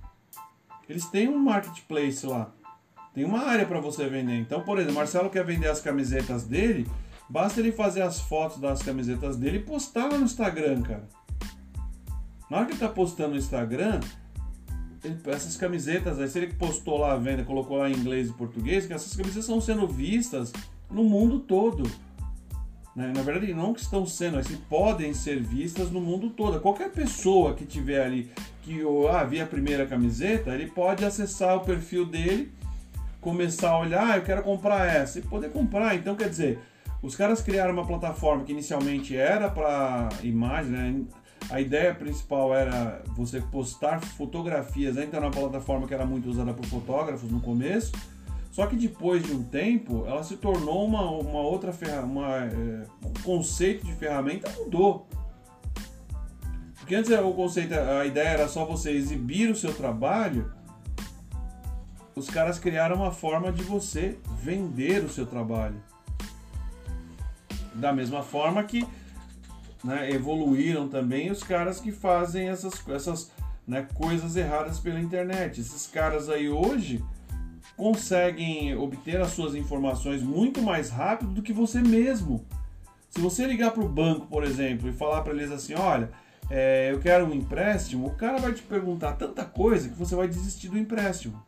Eles têm um marketplace lá. Tem uma área para você vender. Então, por exemplo, o Marcelo quer vender as camisetas dele, basta ele fazer as fotos das camisetas dele e postar lá no Instagram, cara. Na hora que ele está postando no Instagram, essas camisetas, aí, se ele postou lá a venda, colocou lá em inglês e português, que essas camisetas estão sendo vistas no mundo todo. Né? Na verdade, não que estão sendo, mas podem ser vistas no mundo todo. Qualquer pessoa que tiver ali, que via a primeira camiseta, ele pode acessar o perfil dele, começar a olhar, eu quero comprar essa, e poder comprar. Então, quer dizer, os caras criaram uma plataforma que inicialmente era para imagem, né? A ideia principal era você postar fotografias, ainda na plataforma que era muito usada por fotógrafos no começo, só que depois de um tempo, ela se tornou uma outra ferramenta, o conceito de ferramenta mudou. Porque antes a ideia era só você exibir o seu trabalho. Os caras criaram uma forma de você vender o seu trabalho. Da mesma forma que, né, evoluíram também os caras que fazem essas né, coisas erradas pela internet. Esses caras aí hoje conseguem obter as suas informações muito mais rápido do que você mesmo. Se você ligar para o banco, por exemplo, e falar para eles assim, olha, eu quero um empréstimo, o cara vai te perguntar tanta coisa que você vai desistir do empréstimo.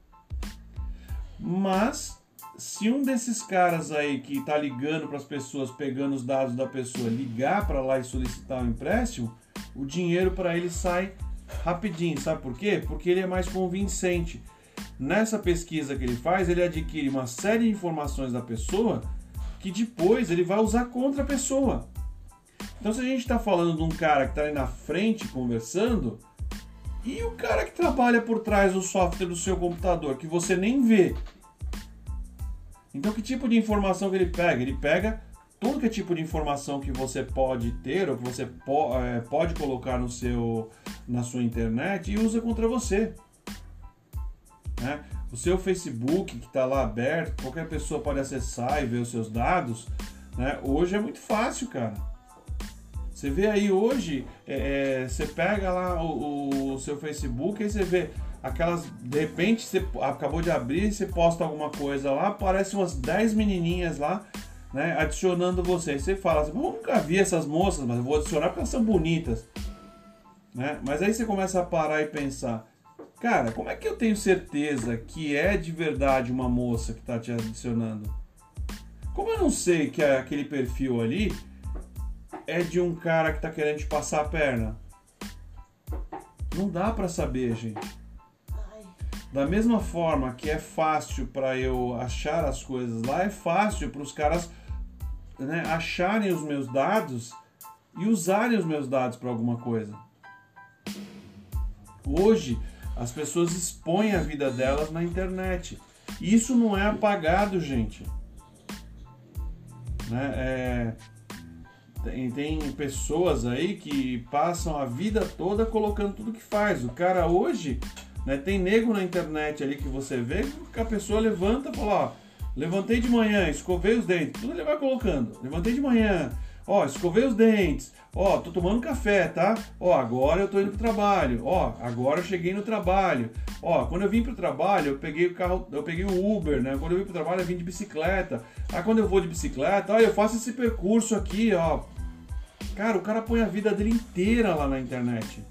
Mas, se um desses caras aí que está ligando para as pessoas, pegando os dados da pessoa, ligar para lá e solicitar um empréstimo, o dinheiro para ele sai rapidinho. Sabe por quê? Porque ele é mais convincente. Nessa pesquisa que ele faz, ele adquire uma série de informações da pessoa que depois ele vai usar contra a pessoa. Então, se a gente está falando de um cara que está ali na frente conversando, e o cara que trabalha por trás do software do seu computador, que você nem vê. Então, que tipo de informação que ele pega? Ele pega todo que tipo de informação que você pode ter, ou que você pode colocar na sua internet e usa contra você. Né? O seu Facebook, que está lá aberto, qualquer pessoa pode acessar e ver os seus dados. Né? Hoje é muito fácil, cara. Você vê aí hoje, você pega lá o seu Facebook, aí você vê aquelas, de repente você acabou de abrir, você posta alguma coisa lá, aparece umas 10 menininhas lá, né, adicionando você. Aí você fala assim, eu nunca vi essas moças, mas eu vou adicionar porque elas são bonitas. Né? Mas aí você começa a parar e pensar, cara, como é que eu tenho certeza que é de verdade uma moça que está te adicionando? Como eu não sei que aquele perfil ali é de um cara que está querendo te passar a perna? Não dá para saber, gente. Da mesma forma que é fácil para eu achar as coisas lá, é fácil para os caras, né, acharem os meus dados e usarem os meus dados para alguma coisa. Hoje, as pessoas expõem a vida delas na internet. Isso não é apagado, gente. Né? Tem pessoas aí que passam a vida toda colocando tudo que faz. O cara hoje, né, tem nego na internet ali que você vê que a pessoa levanta e fala, ó, levantei de manhã, escovei os dentes, tudo ele vai colocando. Levantei de manhã, ó, escovei os dentes, ó, tô tomando café, tá? Ó, agora eu tô indo pro trabalho, ó, agora eu cheguei no trabalho, Ó, quando eu vim pro trabalho, eu peguei o carro, eu peguei o Uber, né? Quando eu vim pro trabalho, eu vim de bicicleta. Aí quando eu vou de bicicleta, ó, eu faço esse percurso aqui, ó. Cara, o cara põe a vida dele inteira lá na internet.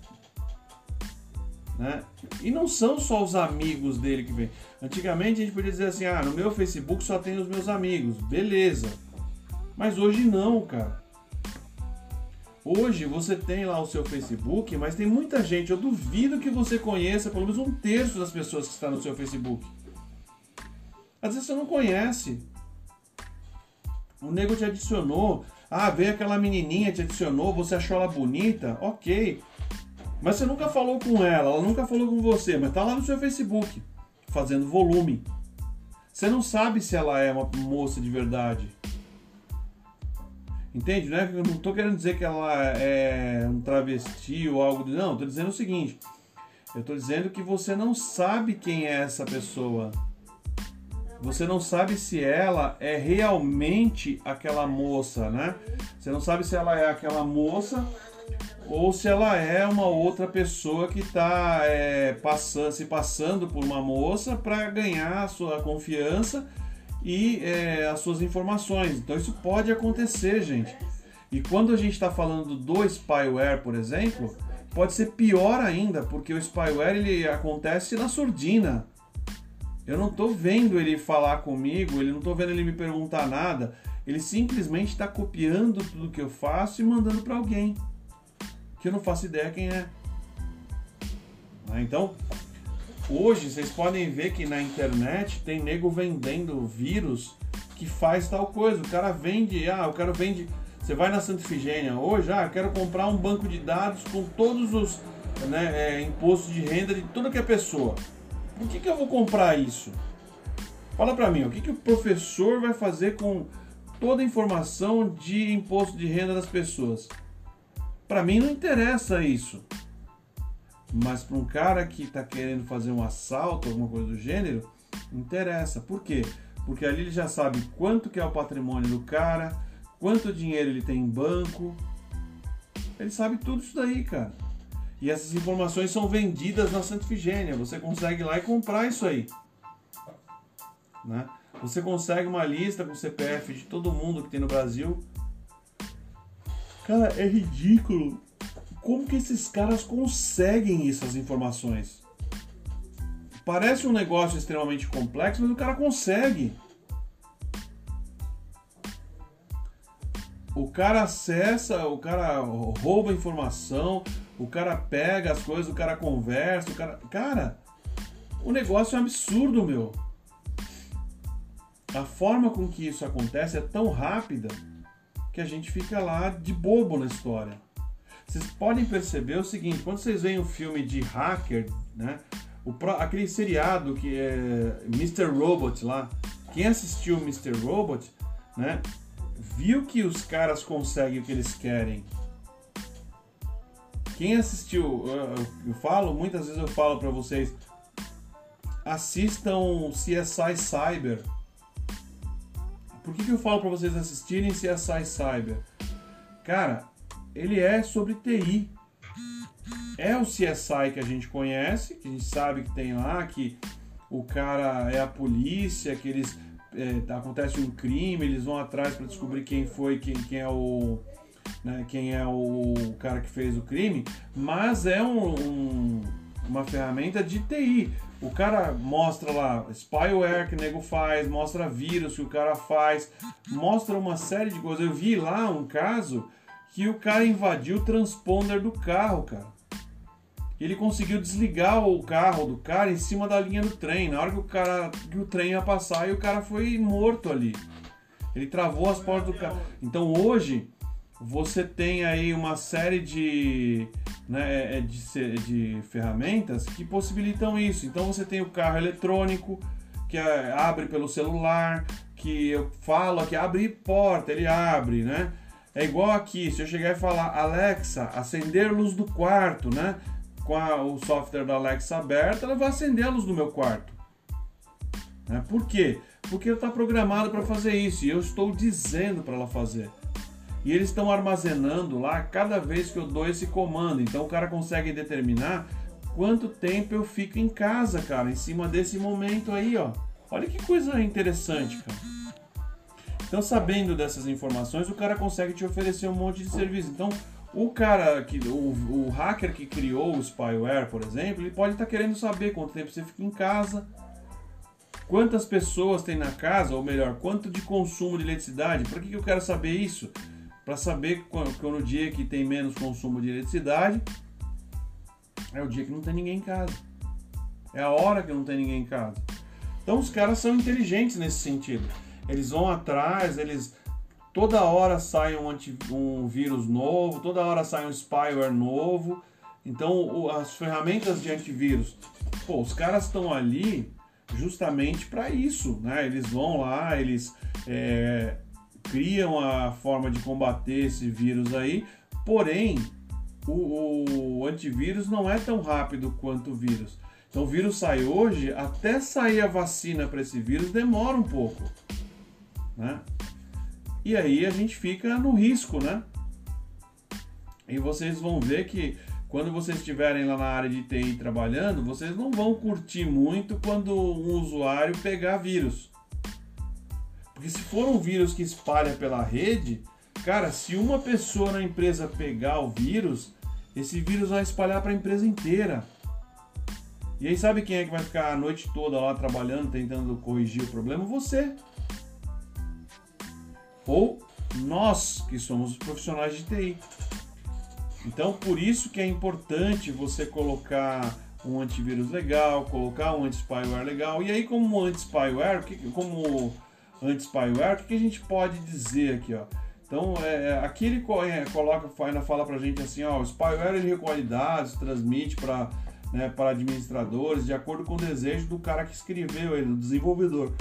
Né? E não são só os amigos dele que vêm. Antigamente a gente podia dizer assim, ah, no meu Facebook só tem os meus amigos. Beleza. Mas hoje não, cara. Hoje você tem lá o seu Facebook, mas tem muita gente. Eu duvido que você conheça pelo menos 1/3 das pessoas que estão no seu Facebook. Às vezes você não conhece. O nego te adicionou. Ah, veio aquela menininha, te adicionou, você achou ela bonita? Ok. Mas você nunca falou com ela nunca falou com você, mas tá lá no seu Facebook, fazendo volume. Você não sabe se ela é uma moça de verdade. Entende? Não é? Eu não tô querendo dizer que ela é um travesti ou algo do... Não, eu tô dizendo o seguinte. Eu tô dizendo que você não sabe quem é essa pessoa. Você não sabe se ela é realmente aquela moça, né? Você não sabe se ela é aquela moça ou se ela é uma outra pessoa que está se passando por uma moça para ganhar a sua confiança e as suas informações. Então isso pode acontecer, gente. E quando a gente está falando do spyware, por exemplo, pode ser pior ainda, porque o spyware ele acontece na surdina. Eu não estou vendo ele falar comigo, não estou vendo ele me perguntar nada. Ele simplesmente está copiando tudo que eu faço e mandando para alguém que eu não faço ideia quem é. Então, hoje vocês podem ver que na internet tem nego vendendo vírus que faz tal coisa. O cara vende, o cara vende... Você vai na Santa Efigênia hoje, eu quero comprar um banco de dados com todos os impostos de renda de toda que é pessoa. Por que eu vou comprar isso? Fala pra mim, o que o professor vai fazer com toda a informação de imposto de renda das pessoas? Pra mim não interessa isso. Mas para um cara que está querendo fazer um assalto, alguma coisa do gênero, interessa. Por quê? Porque ali ele já sabe quanto que é o patrimônio do cara, quanto dinheiro ele tem em banco. Ele sabe tudo isso daí, cara. E essas informações são vendidas na Santa Efigênia. Você consegue ir lá e comprar isso aí. Né? Você consegue uma lista com o CPF de todo mundo que tem no Brasil. Cara, é ridículo. Como que esses caras conseguem essas informações? Parece um negócio extremamente complexo, mas o cara consegue. O cara acessa, o cara rouba informação, o cara pega as coisas, o cara conversa, o cara... Cara, o negócio é um absurdo, meu. A forma com que isso acontece é tão rápida que a gente fica lá de bobo na história. Vocês podem perceber o seguinte, quando vocês veem um filme de hacker, né, aquele seriado que é Mr. Robot lá, quem assistiu Mr. Robot, né, viu que os caras conseguem o que eles querem. Quem assistiu, muitas vezes eu falo para vocês, assistam CSI Cyber. Por que eu falo para vocês assistirem CSI Cyber? Cara, ele é sobre TI. É o CSI que a gente conhece, que a gente sabe que tem lá, que o cara é a polícia, que eles acontece um crime, eles vão atrás para descobrir quem foi, quem é o, né, quem é o cara que fez o crime, mas é uma ferramenta de TI. O cara mostra lá spyware que o nego faz, mostra vírus que o cara faz, mostra uma série de coisas. Eu vi lá um caso que o cara invadiu o transponder do carro, cara. Ele conseguiu desligar o carro do cara em cima da linha do trem, na hora que o trem ia passar, e o cara foi morto ali. Ele travou as portas do carro. Então hoje você tem aí uma série de ferramentas que possibilitam isso. Então você tem o carro eletrônico, que abre pelo celular, que eu falo que abre porta, ele abre, né? É igual aqui, se eu chegar e falar, Alexa, acender luz do quarto, né? Com o software da Alexa aberto, ela vai acender a luz do meu quarto. Né? Por quê? Porque ela está programada para fazer isso, e eu estou dizendo para ela fazer. E eles estão armazenando lá cada vez que eu dou esse comando. Então o cara consegue determinar quanto tempo eu fico em casa, cara, em cima desse momento aí, ó. Olha que coisa interessante, cara. Então, sabendo dessas informações, o cara consegue te oferecer um monte de serviço. Então, o hacker que criou o spyware, por exemplo, ele pode estar querendo saber quanto tempo você fica em casa, quantas pessoas tem na casa, ou melhor, quanto de consumo de eletricidade. Por que eu quero saber isso? Para saber que no dia que tem menos consumo de eletricidade, é o dia que não tem ninguém em casa. É a hora que não tem ninguém em casa. Então os caras são inteligentes nesse sentido. Eles vão atrás, toda hora sai um vírus novo, toda hora sai um spyware novo. Então as ferramentas de antivírus, os caras estão ali justamente para isso, né? Eles vão lá, eles criam a forma de combater esse vírus aí, porém o antivírus não é tão rápido quanto o vírus. Então o vírus sai hoje, até sair a vacina para esse vírus demora um pouco, né? E aí a gente fica no risco, né? E vocês vão ver que quando vocês estiverem lá na área de TI trabalhando, vocês não vão curtir muito quando um usuário pegar vírus. Porque se for um vírus que espalha pela rede, cara, se uma pessoa na empresa pegar o vírus, esse vírus vai espalhar para a empresa inteira. E aí sabe quem é que vai ficar a noite toda lá trabalhando, tentando corrigir o problema? Você. Ou nós, que somos os profissionais de TI. Então, por isso que é importante você colocar um antivírus legal, colocar um anti-spyware legal. E aí, como anti-spyware, o que a gente pode dizer aqui, ó? Então, aqui ele ainda fala pra gente assim, ó, o spyware ele recolhe dados, transmite para administradores de acordo com o desejo do cara que escreveu ele, do desenvolvedor.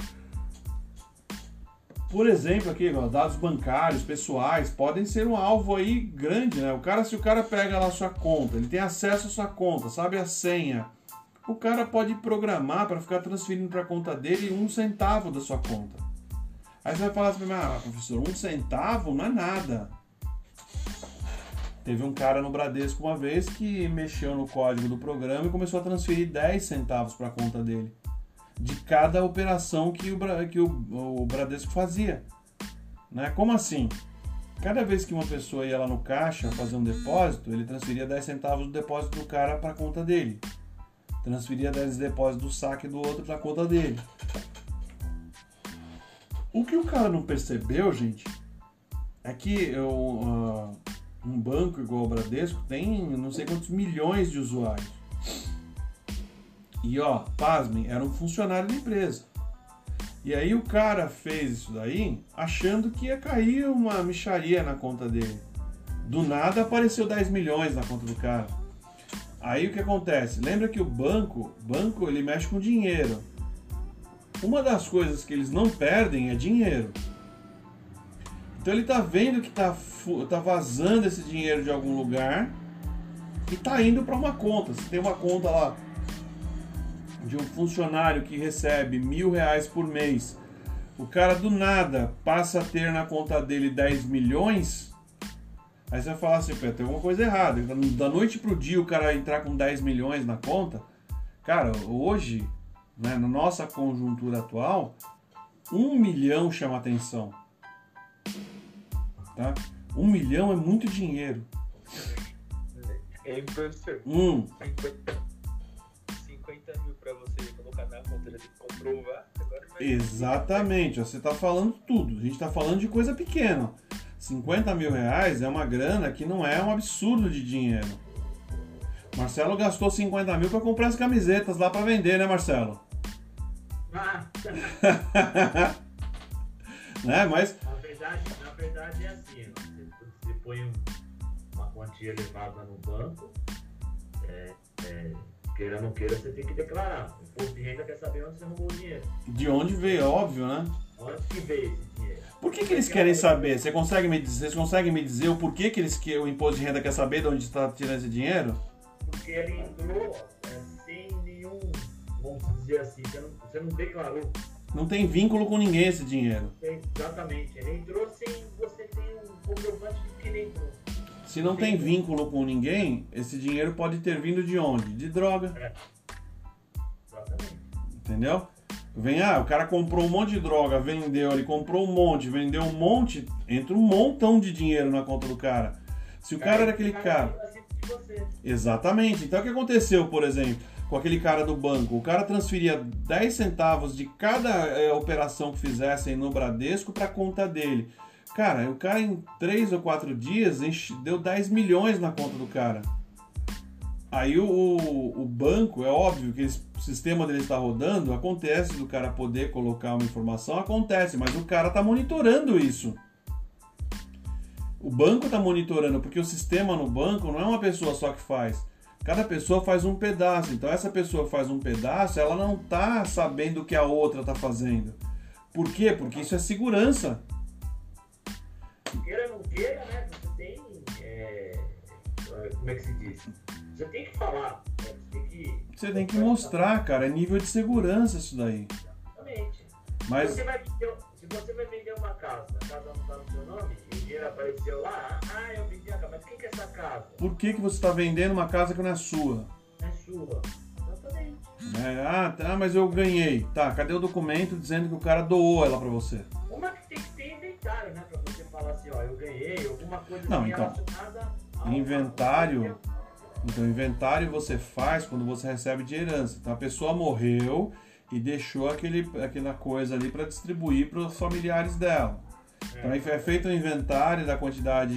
Por exemplo, aqui, ó, dados bancários, pessoais, podem ser um alvo aí grande, né? Se o cara pega lá a sua conta, ele tem acesso à sua conta, sabe a senha, o cara pode programar para ficar transferindo para a conta dele 1 centavo da sua conta. Aí você vai falar assim, professor, 1 centavo não é nada. Teve um cara no Bradesco uma vez que mexeu no código do programa e começou a transferir 10 centavos para a conta dele, de cada operação que o Bradesco fazia, né? Como assim? Cada vez que uma pessoa ia lá no caixa fazer um depósito, ele transferia 10 centavos do depósito do cara para a conta dele, transferia 10 depósitos do saque do outro para a conta dele. O que o cara não percebeu, gente, é que um banco igual o Bradesco tem não sei quantos milhões de usuários. E ó, pasmem, era um funcionário da empresa. E aí o cara fez isso daí achando que ia cair uma mixaria na conta dele. Do nada apareceu 10 milhões na conta do cara. Aí o que acontece? Lembra que o banco ele mexe com dinheiro. Uma das coisas que eles não perdem é dinheiro. Então ele tá vendo que tá vazando esse dinheiro de algum lugar e tá indo para uma conta. Se tem uma conta lá de um funcionário que recebe R$1.000 por mês, o cara do nada passa a ter na conta dele 10 milhões, aí você vai falar assim, tem alguma coisa errada. Da noite pro dia o cara entrar com 10 milhões na conta, cara, hoje, né, na nossa conjuntura atual, 1 milhão chama atenção. Tá? 1 milhão é muito dinheiro. É professor. 50 mil pra você colocar na conta, ele tem que comprovar. Exatamente, você tá falando tudo. A gente tá falando de coisa pequena. 50 mil reais é uma grana que não é um absurdo de dinheiro. Marcelo gastou 50 mil para comprar as camisetas lá para vender, né, Marcelo? Né? Mas na verdade é assim, você põe uma quantia elevada no banco, queira ou não queira, você tem que declarar. O imposto de renda quer saber onde você arrumou o dinheiro. De onde veio, óbvio, né? Onde que veio esse dinheiro? Por que eles querem saber? Vocês conseguem me dizer o porquê que o imposto de renda quer saber de onde está tirando esse dinheiro? Porque ele entrou sem nenhum, vamos dizer assim, você não declarou. Não tem vínculo com ninguém esse dinheiro. Exatamente, ele entrou sem você ter um comprovante de que ele entrou. Se não tem vínculo com ninguém, esse dinheiro pode ter vindo de onde? De droga. Exatamente. Entendeu? O cara comprou um monte de droga, vendeu, ele comprou um monte, vendeu um monte, entra um montão de dinheiro na conta do cara. Se o cara era aquele cara... Exatamente. Então o que aconteceu, por exemplo, com aquele cara do banco? O cara transferia 10 centavos de cada operação que fizessem no Bradesco para a conta dele. Cara, o cara em 3 ou 4 dias deu 10 milhões na conta do cara. Aí o banco, é óbvio que o sistema dele está rodando, acontece do cara poder colocar uma informação, acontece, mas o cara está monitorando isso. O banco está monitorando, porque o sistema no banco não é uma pessoa só que faz. Cada pessoa faz um pedaço. Então essa pessoa faz um pedaço, ela não está sabendo o que a outra está fazendo. Por quê? Porque isso é segurança. Queira ou não queira, né? Você tem... como é que se diz? Você tem que falar. Né? Você tem que mostrar, cara. É nível de segurança isso daí. Exatamente. Mas... Se você vai vender uma casa, a casa não está no seu nome, e o dinheiro apareceu lá, eu vendi a casa, mas quem que é essa casa? Por que você está vendendo uma casa que não é sua? Não é sua. Exatamente. Mas eu ganhei. Tá, cadê o documento dizendo que o cara doou ela pra você? Uma que tem que ter inventário, né? Pra você falar assim, eu ganhei, alguma coisa não, assim então, relacionada ao... Inventário... Então, inventário você faz quando você recebe de herança. Então, a pessoa morreu e deixou aquela coisa ali para distribuir para os familiares dela. Então, aí é feito um inventário da quantidade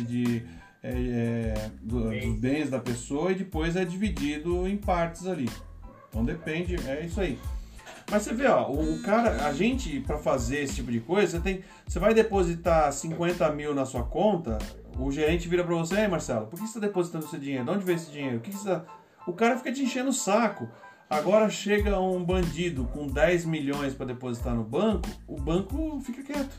dos bens da pessoa e depois é dividido em partes ali. Então, depende, é isso aí. Mas você vê, o cara, a gente, para fazer esse tipo de coisa, você vai depositar 50 mil na sua conta, o gerente vira para você, Marcelo, por que você está depositando esse dinheiro? De onde veio esse dinheiro? O cara fica te enchendo o saco. Agora chega um bandido com 10 milhões para depositar no banco, o banco fica quieto.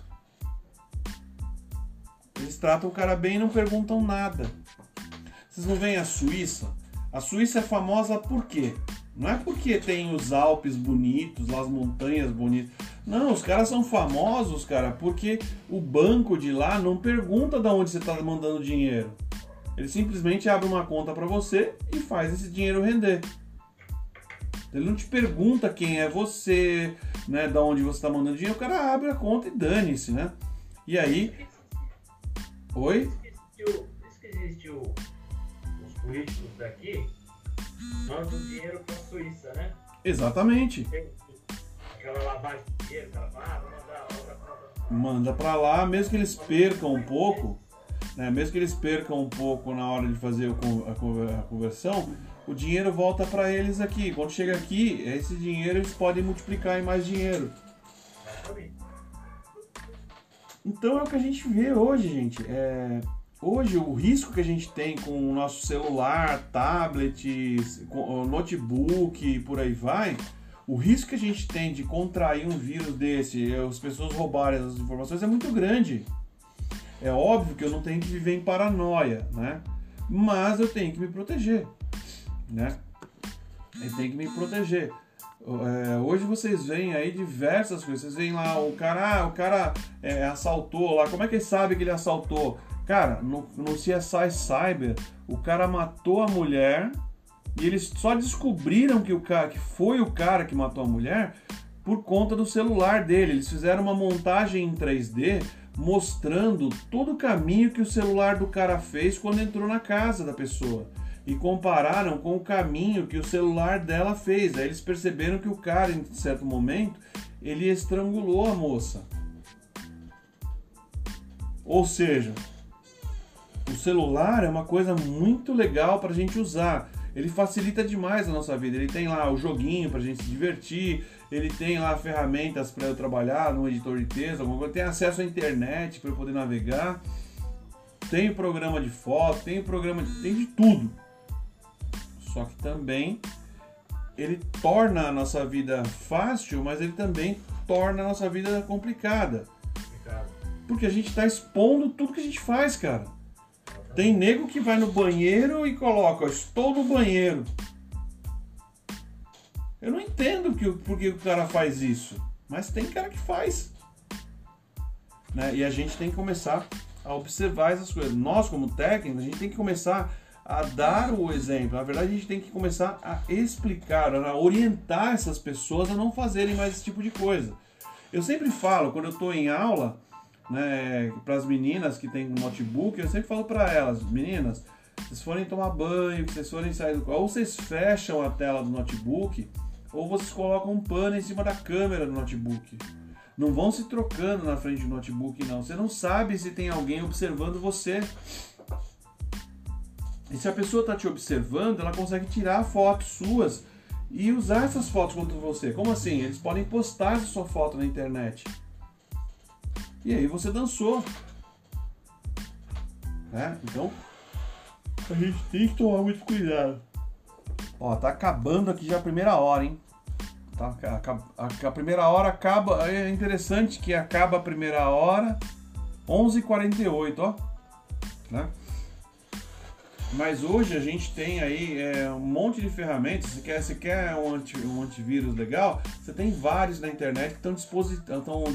Eles tratam o cara bem e não perguntam nada. Vocês não veem a Suíça? A Suíça é famosa por quê? Não é porque tem os Alpes bonitos, as montanhas bonitas. Não, os caras são famosos, cara, porque o banco de lá não pergunta de onde você está mandando dinheiro. Ele simplesmente abre uma conta para você e faz esse dinheiro render. Ele não te pergunta quem é você, né, de onde você está mandando dinheiro. O cara abre a conta e dane-se, né? E aí... Oi? Por isso que existe os políticos daqui mandam dinheiro para a Suíça, né? Exatamente. Aquela lavagem de dinheiro, vou mandar outra conta. Manda para lá, mesmo que eles percam um pouco, né? Mesmo que eles percam um pouco na hora de fazer a conversão, o dinheiro volta para eles aqui. Quando chega aqui, esse dinheiro eles podem multiplicar em mais dinheiro. Então é o que a gente vê hoje, gente. Hoje o risco que a gente tem com o nosso celular, tablet, notebook e por aí vai, o risco que a gente tem de contrair um vírus desse, as pessoas roubarem as informações é muito grande. É óbvio que eu não tenho que viver em paranoia, né? Mas eu tenho que me proteger, né? Eu tenho que me proteger. Hoje vocês veem aí diversas coisas. Vocês veem lá o cara assaltou lá. Como é que ele sabe que ele assaltou? Cara, no CSI Cyber, o cara matou a mulher e eles só descobriram que foi o cara que matou a mulher por conta do celular dele. Eles fizeram uma montagem em 3D mostrando todo o caminho que o celular do cara fez quando entrou na casa da pessoa. E compararam com o caminho que o celular dela fez. Aí eles perceberam que o cara, em certo momento, ele estrangulou a moça. Ou seja, o celular é uma coisa muito legal para a gente usar. Ele facilita demais a nossa vida. Ele tem lá o joguinho para a gente se divertir. Ele tem lá ferramentas para eu trabalhar no editor de texto. Alguma coisa. Tem acesso à internet para eu poder navegar. Tem programa de foto, tem de tudo. Só que também ele torna a nossa vida fácil, mas ele também torna a nossa vida complicada. Porque a gente está expondo tudo que a gente faz, cara. Tem nego que vai no banheiro e coloca, estou no banheiro. Eu não entendo por que o cara faz isso, mas tem cara que faz. Né? E a gente tem que começar a observar essas coisas. Nós, como técnicos, a gente tem que começar a dar o exemplo. Na verdade, a gente tem que começar a explicar, a orientar essas pessoas a não fazerem mais esse tipo de coisa. Eu sempre falo, quando eu estou em aula, né, para as meninas que têm notebook, eu sempre falo para elas, meninas, vocês forem tomar banho, vocês forem sair do... ou vocês fecham a tela do notebook, ou vocês colocam um pano em cima da câmera do notebook. Não vão se trocando na frente do notebook, não. Você não sabe se tem alguém observando você. E se a pessoa está te observando, ela consegue tirar fotos suas e usar essas fotos contra você. Como assim? Eles podem postar essa sua foto na internet. E aí você dançou. Né? Então, a gente tem que tomar muito cuidado. Ó, tá acabando aqui já a primeira hora, hein? Tá, a primeira hora acaba... É interessante que acaba a primeira hora 11h48, ó. Né? Mas hoje a gente tem aí um monte de ferramentas. Você quer um antivírus legal? Você tem vários na internet que estão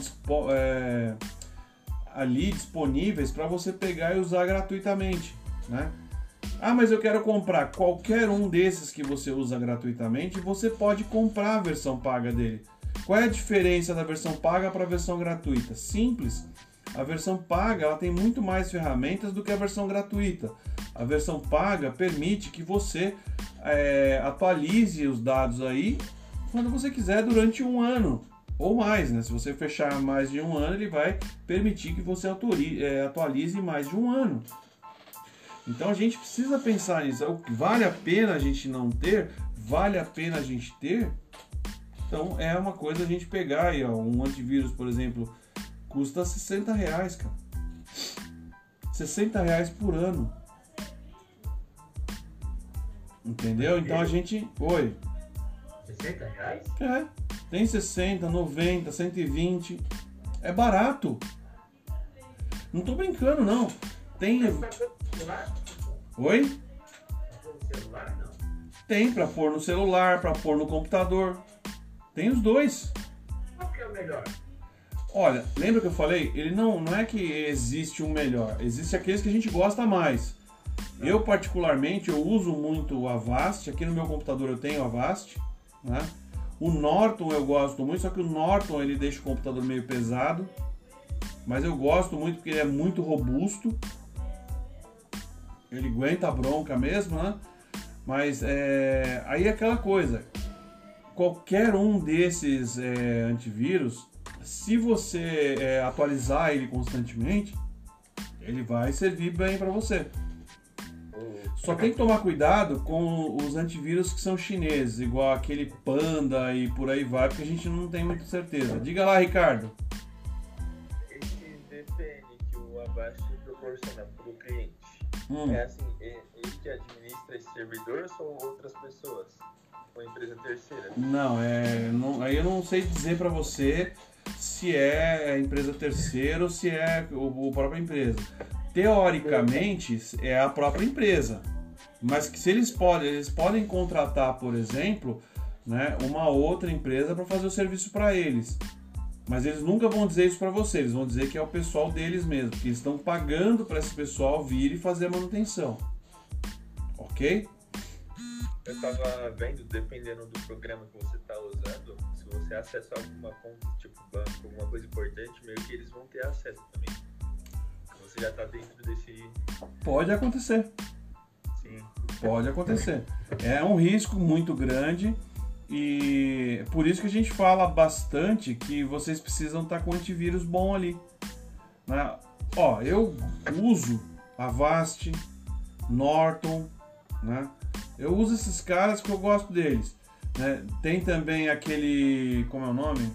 ali disponíveis para você pegar e usar gratuitamente, né? Ah, mas eu quero comprar qualquer um desses que você usa gratuitamente, você pode comprar a versão paga dele. Qual é a diferença da versão paga para a versão gratuita? Simples. A versão paga ela tem muito mais ferramentas do que a versão gratuita. A versão paga permite que você atualize os dados aí quando você quiser durante um ano ou mais, né? Se você fechar mais de um ano, ele vai permitir que você atualize mais de um ano. Então a gente precisa pensar nisso. Vale a pena a gente não ter? Vale a pena a gente ter? Então é uma coisa a gente pegar aí, ó, um antivírus, por exemplo, custa R$60, cara. R$60 por ano. Entendeu? Então a gente... Oi. R$60? É. Tem 60, 90, 120. É barato. Não tô brincando, não. Tem... Oi? Celular, não. Tem pra pôr no celular, pra pôr no computador. Tem os dois. Qual que é o melhor? Olha, lembra que eu falei? Ele não é que existe um melhor. Existe aqueles que a gente gosta mais. Eu, particularmente, eu uso muito o Avast. Aqui no meu computador eu tenho o Avast, né? O Norton eu gosto muito, só que o Norton ele deixa o computador meio pesado. Mas eu gosto muito porque ele é muito robusto. Ele aguenta a bronca mesmo, né? Mas aí é aquela coisa. Qualquer um desses antivírus, se você atualizar ele constantemente, ele vai servir bem para você. Só tem que tomar cuidado com os antivírus que são chineses, igual aquele Panda e por aí vai, porque a gente não tem muita certeza. Diga lá, Ricardo. Esse VPN que o Avast proporciona para o cliente, é assim, ele que administra esse servidor ou são outras pessoas? Uma empresa terceira? Não, aí eu não sei dizer para você se é a empresa terceira ou se é a própria empresa. Teoricamente é a própria empresa, mas que se eles podem contratar, por exemplo, né, uma outra empresa para fazer o serviço para eles, mas eles nunca vão dizer isso para você, eles vão dizer que é o pessoal deles mesmo, que eles estão pagando para esse pessoal vir e fazer a manutenção, ok? Eu estava vendo, dependendo do programa que você está usando, se você acessar alguma conta, tipo banco, alguma coisa importante, meio que eles vão ter acesso também. Você já está dentro desse... Pode acontecer. Sim. Pode acontecer. É um risco muito grande e por isso que a gente fala bastante que vocês precisam estar com antivírus bom ali, né? Ó, eu uso Avast, Norton, né? Eu uso esses caras que eu gosto deles, né? Tem também aquele... Como é o nome?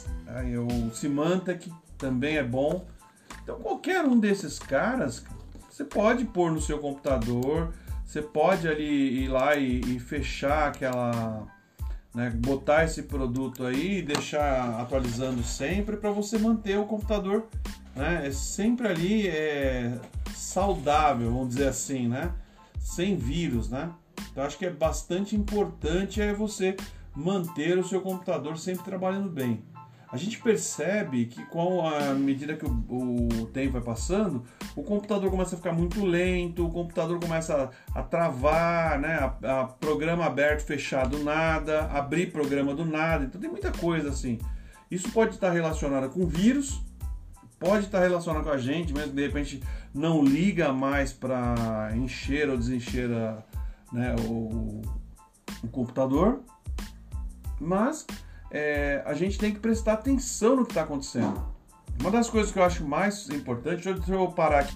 O Symantec também é bom. Então qualquer um desses caras você pode pôr no seu computador, você pode ali ir lá e fechar aquela, né, botar esse produto aí e deixar atualizando sempre para você manter o computador, né, sempre ali saudável, vamos dizer assim, né, sem vírus, né. Então acho que é bastante importante você manter o seu computador sempre trabalhando bem. a gente percebe que com a medida que o tempo vai passando, o computador começa a ficar muito lento, o computador começa a travar, né? A programa aberto, fechado do nada, abrir programa do nada, então tem muita coisa assim. Isso pode estar relacionado com vírus, pode estar relacionado com a gente, mesmo que de repente não liga mais para encher ou desencher o computador, mas a gente tem que prestar atenção no que está acontecendo. Uma das coisas que eu acho mais importante, deixa eu parar aqui.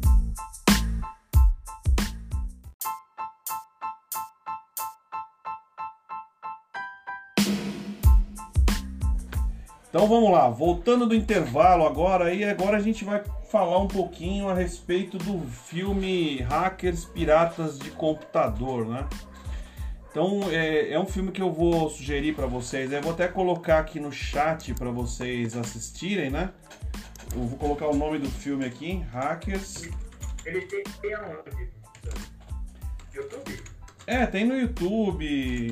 Então vamos lá, voltando do intervalo agora a gente vai falar um pouquinho a respeito do filme Hackers Piratas de Computador, né? Então é um filme que eu vou sugerir para vocês, eu vou até colocar aqui no chat para vocês assistirem, né? Eu vou colocar o nome do filme aqui, Hackers. Ele tem aonde? YouTube? Tem no YouTube.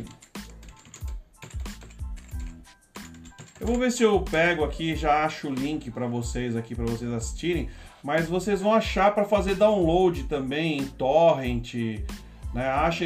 Eu vou ver se eu pego aqui, já acho o link para vocês aqui, para vocês assistirem, mas vocês vão achar para fazer download também em torrent, né? Acha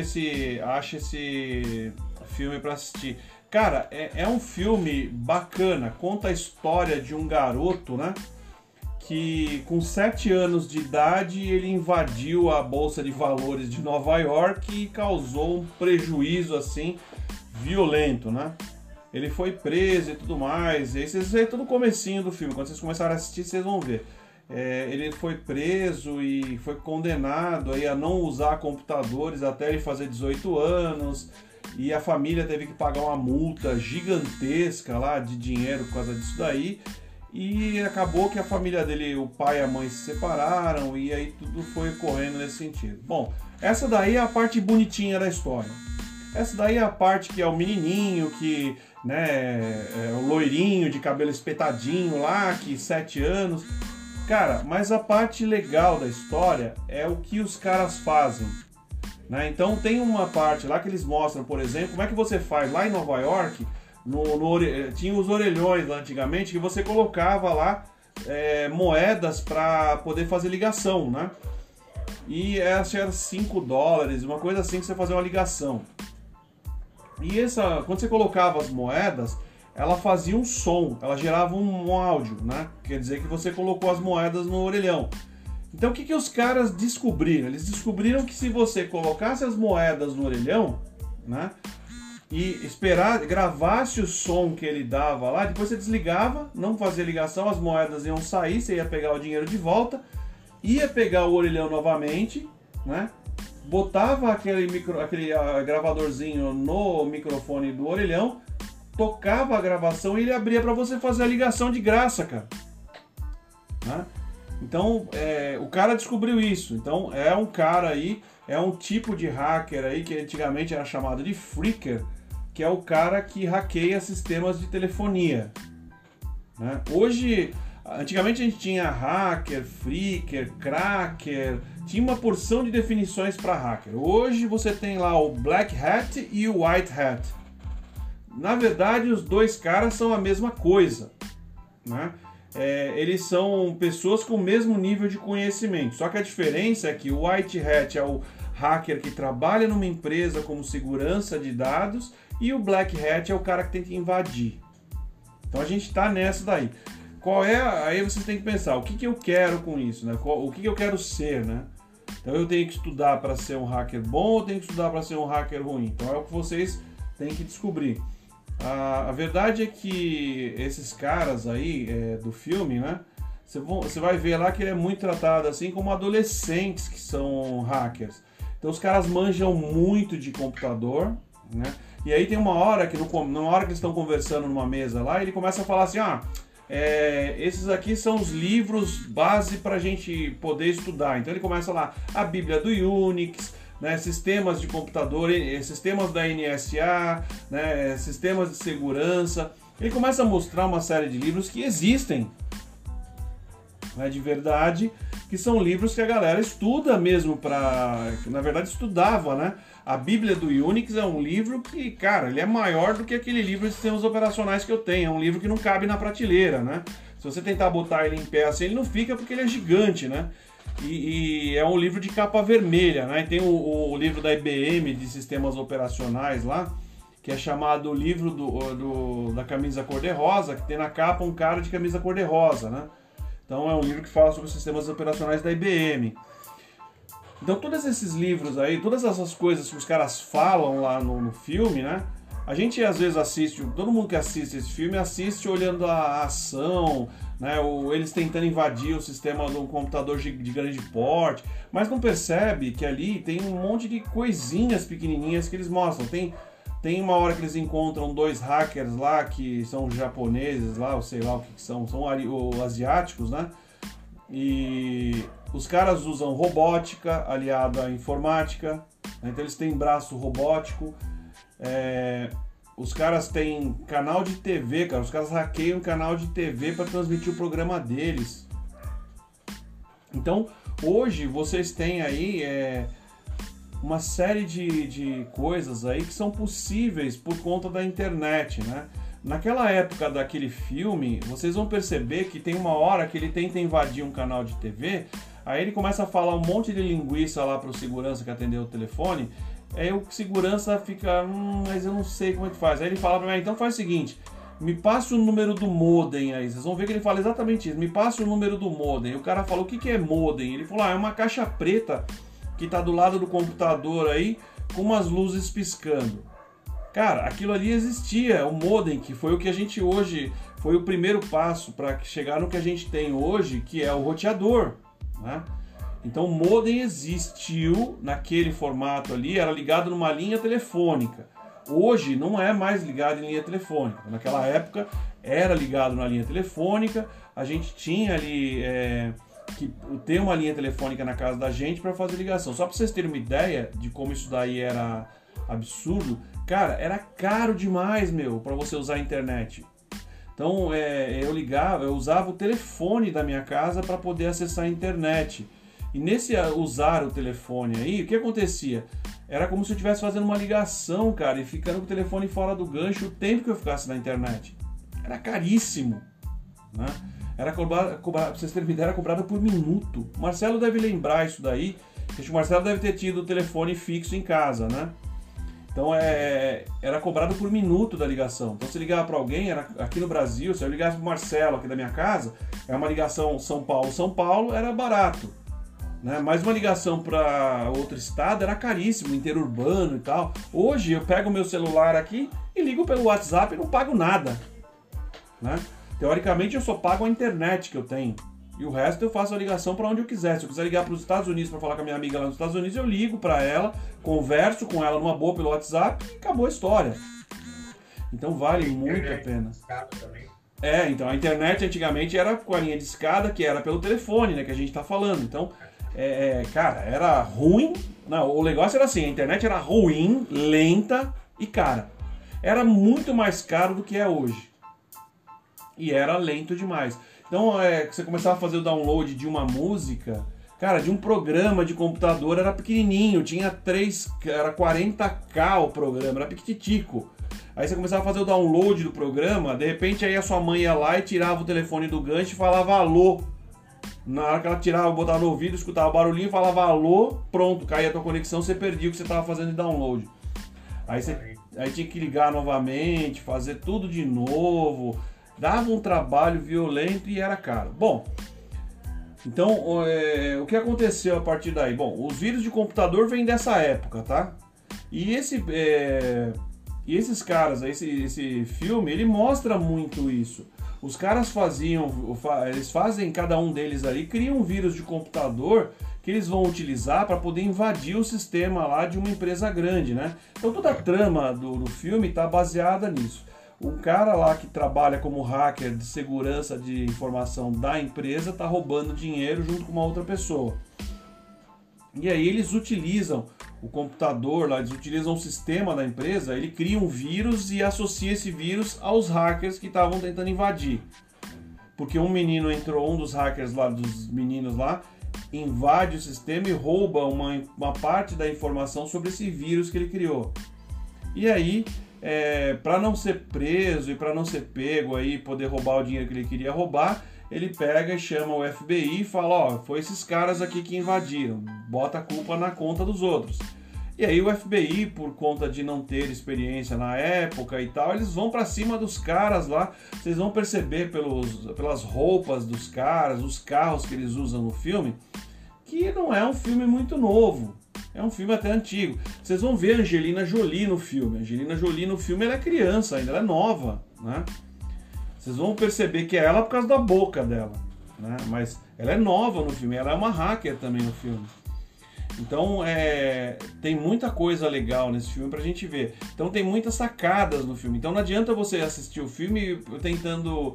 esse filme para assistir. Cara, é um filme bacana, conta a história de um garoto, né? Que com 7 anos de idade ele invadiu a Bolsa de Valores de Nova York e causou um prejuízo assim violento, né? Ele foi preso e tudo mais, e aí vocês veem todo o comecinho do filme, quando vocês começarem a assistir vocês vão ver. Ele foi preso e foi condenado aí a não usar computadores até ele fazer 18 anos, e a família teve que pagar uma multa gigantesca lá de dinheiro por causa disso daí, e acabou que a família dele, o pai e a mãe se separaram, e aí tudo foi correndo nesse sentido. Bom, essa daí é a parte bonitinha da história. Essa daí é a parte que é o menininho, que, né, é o loirinho de cabelo espetadinho lá, que 7 anos. Cara, mas a parte legal da história é o que os caras fazem, né? Então tem uma parte lá que eles mostram, por exemplo, como é que você faz lá em Nova York, tinha os orelhões lá antigamente, que você colocava lá moedas para poder fazer ligação, né? E acho que era $5, uma coisa assim, que você fazia uma ligação. E quando você colocava as moedas, ela fazia um som, ela gerava um áudio, né? Quer dizer que você colocou as moedas no orelhão. Então o que os caras descobriram? Eles descobriram que se você colocasse as moedas no orelhão, né? E gravasse o som que ele dava lá, depois você desligava, não fazia ligação, as moedas iam sair, você ia pegar o dinheiro de volta, ia pegar o orelhão novamente, né? Botava aquele gravadorzinho no microfone do orelhão, tocava a gravação e ele abria para você fazer a ligação de graça, cara. Né? Então, o cara descobriu isso. Então, é um cara aí, é um tipo de hacker aí que antigamente era chamado de phreaker, que é o cara que hackeia sistemas de telefonia. Né? Hoje, antigamente a gente tinha hacker, phreaker, cracker, tinha uma porção de definições para hacker. Hoje você tem lá o Black Hat e o White Hat. Na verdade, os dois caras são a mesma coisa, né? Eles são pessoas com o mesmo nível de conhecimento. Só que a diferença é que o White Hat é o hacker que trabalha numa empresa como segurança de dados e o Black Hat é o cara que tem que invadir. Então a gente está nessa daí. Aí você tem que pensar, o que eu quero com isso, né? O que eu quero ser, né? Então eu tenho que estudar para ser um hacker bom ou tenho que estudar para ser um hacker ruim? Então é o que vocês têm que descobrir. A verdade é que esses caras aí do filme, né? Você vai ver lá que ele é muito tratado assim como adolescentes que são hackers. Então os caras manjam muito de computador, né? E aí tem uma hora que na hora que eles estão conversando numa mesa lá, ele começa a falar assim, esses aqui são os livros base para a gente poder estudar. Então ele começa lá, a Bíblia do Unix, né, sistemas de computador, sistemas da NSA, né, sistemas de segurança. Ele começa a mostrar uma série de livros que existem, né, de verdade, que são livros que a galera estuda mesmo na verdade estudava, né, A Bíblia do Unix é um livro que, cara, ele é maior do que aquele livro de sistemas operacionais que eu tenho. É um livro que não cabe na prateleira, né? Se você tentar botar ele em pé assim, ele não fica porque ele é gigante, né? E é um livro de capa vermelha, né? Tem o livro da IBM de sistemas operacionais lá, que é chamado o livro da camisa cor-de-rosa, que tem na capa um cara de camisa cor-de-rosa, né? Então é um livro que fala sobre os sistemas operacionais da IBM. Então todos esses livros aí, todas essas coisas que os caras falam lá no filme, né? A gente às vezes assiste, todo mundo que assiste esse filme assiste olhando a ação, né? Eles tentando invadir o sistema de um computador de grande porte, mas não percebe que ali tem um monte de coisinhas pequenininhas que eles mostram. Tem uma hora que eles encontram 2 hackers lá, que são japoneses lá, ou sei lá o que são asiáticos, né? E os caras usam robótica aliada à informática, né? Então eles têm braço robótico. Os caras têm canal de TV, cara. Os caras hackeiam um canal de TV para transmitir o programa deles. Então, hoje vocês têm aí uma série de coisas aí que são possíveis por conta da internet, né? Naquela época daquele filme, vocês vão perceber que tem uma hora que ele tenta invadir um canal de TV, aí ele começa a falar um monte de linguiça lá pro segurança que atendeu o telefone. Aí o segurança fica, mas eu não sei como é que faz. Aí ele fala pra mim, então faz o seguinte, me passe o número do modem aí. Vocês vão ver que ele fala exatamente isso, me passe o número do modem. E o cara falou, o que é modem? Ele falou, é uma caixa preta que tá do lado do computador aí, com umas luzes piscando. Cara, aquilo ali existia, o modem, que foi o que a gente hoje, foi o primeiro passo para chegar no que a gente tem hoje, que é o roteador, né? Então o modem existiu naquele formato ali, era ligado numa linha telefônica. Hoje não é mais ligado em linha telefônica. Naquela época era ligado na linha telefônica, a gente tinha ali que ter uma linha telefônica na casa da gente para fazer ligação. Só para vocês terem uma ideia de como isso daí era absurdo, cara, era caro demais, para você usar a internet. Então eu usava o telefone da minha casa para poder acessar a internet. E nesse usar o telefone aí, o que acontecia? Era como se eu estivesse fazendo uma ligação, cara, e ficando com o telefone fora do gancho o tempo que eu ficasse na internet. Era caríssimo, né? Era cobrado, pra vocês terem ideia, era cobrado por minuto. O Marcelo deve lembrar isso daí, porque o Marcelo deve ter tido o telefone fixo em casa, né? Então era cobrado por minuto da ligação. Então se ligava para alguém, aqui no Brasil, se eu ligasse para o Marcelo aqui da minha casa, era uma ligação São Paulo, era barato. Né? Mas uma ligação para outro estado era caríssimo, interurbano e tal. Hoje eu pego o meu celular aqui e ligo pelo WhatsApp e não pago nada, né? Teoricamente eu só pago a internet que eu tenho e o resto eu faço a ligação para onde eu quiser. Se eu quiser ligar para os Estados Unidos para falar com a minha amiga lá nos Estados Unidos, eu ligo para ela, converso com ela numa boa pelo WhatsApp e acabou a história. Então vale muito a pena. Então a internet antigamente era com a linha de escada, que era pelo telefone, né, que a gente tá falando. Então cara, era ruim. Não, o negócio era assim, a internet era ruim, lenta e cara. Era muito mais caro do que é hoje. E era lento demais. Então, você começava a fazer o download de uma música, cara, de um programa de computador, era pequenininho, tinha era 40K o programa, era piquititico. Aí você começava a fazer o download do programa, de repente aí a sua mãe ia lá e tirava o telefone do gancho e falava alô. Na hora que ela tirava, botava no ouvido, escutava o barulhinho, falava alô, pronto, caía a tua conexão, você perdia o que você estava fazendo de download. Aí tinha que ligar novamente, fazer tudo de novo, dava um trabalho violento e era caro. Bom, então o que aconteceu a partir daí? Bom, os vírus de computador vêm dessa época, tá? E esses caras, esse filme, ele mostra muito isso. Os caras eles fazem, cada um deles ali, criam um vírus de computador que eles vão utilizar para poder invadir o sistema lá de uma empresa grande, né? Então toda a trama do filme está baseada nisso. Um cara lá que trabalha como hacker de segurança de informação da empresa está roubando dinheiro junto com uma outra pessoa. E aí eles utilizam o computador lá, eles utilizam o sistema da empresa, ele cria um vírus e associa esse vírus aos hackers que estavam tentando invadir. Porque um dos hackers lá, dos meninos lá, invade o sistema e rouba uma parte da informação sobre esse vírus que ele criou. E aí, para não ser preso e para não ser pego aí, poder roubar o dinheiro que ele queria roubar, ele pega e chama o FBI e fala, ó, foi esses caras aqui que invadiram, bota a culpa na conta dos outros. E aí o FBI, por conta de não ter experiência na época e tal, eles vão para cima dos caras lá. Vocês vão perceber pelas roupas dos caras, os carros que eles usam no filme, que não é um filme muito novo. É um filme até antigo. Vocês vão ver a Angelina Jolie no filme. A Angelina Jolie no filme ela é criança ainda, ela é nova, né? Vocês vão perceber que é ela por causa da boca dela, né? Mas ela é nova no filme, ela é uma hacker também no filme. Então, tem muita coisa legal nesse filme pra gente ver. Então tem muitas sacadas no filme. Então não adianta você assistir o filme tentando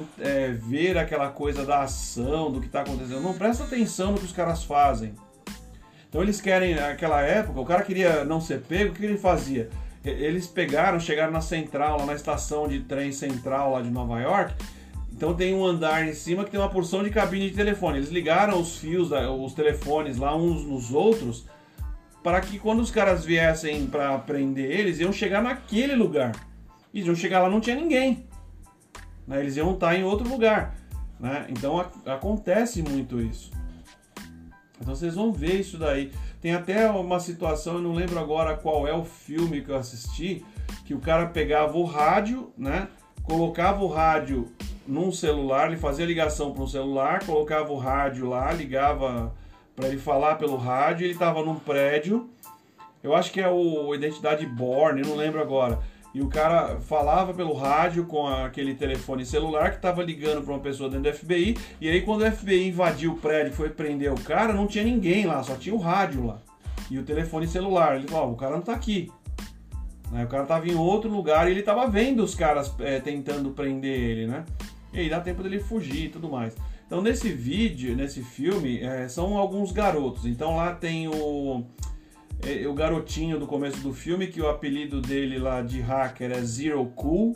ver aquela coisa da ação, do que tá acontecendo. Não presta atenção no que os caras fazem. Então eles querem, naquela época, o cara queria não ser pego, o que ele fazia? Eles chegaram na central, lá na estação de trem central lá de Nova York. Então tem um andar em cima que tem uma porção de cabine de telefone. Eles ligaram os fios, os telefones lá uns nos outros, para que quando os caras viessem para prender eles, iam chegar naquele lugar. Eles iam chegar lá, não tinha ninguém, né? Eles iam estar em outro lugar, né? Então acontece muito isso. Então vocês vão ver isso daí. Tem até uma situação, eu não lembro agora qual é o filme que eu assisti, que o cara pegava o rádio, né? Colocava o rádio num celular, ele fazia ligação para um celular, colocava o rádio lá, ligava para ele falar pelo rádio, ele estava num prédio, eu acho que é o Identidade Born, eu não lembro agora, e o cara falava pelo rádio com aquele telefone celular que estava ligando para uma pessoa dentro do FBI, e aí quando o FBI invadiu o prédio e foi prender o cara, não tinha ninguém lá, só tinha o rádio lá, e o telefone celular, ele falou, o cara não está aqui. O cara estava em outro lugar e ele estava vendo os caras tentando prender ele, né? E aí dá tempo dele fugir e tudo mais. Então nesse filme, são alguns garotos. Então lá tem o garotinho do começo do filme, que o apelido dele lá de hacker é Zero Cool,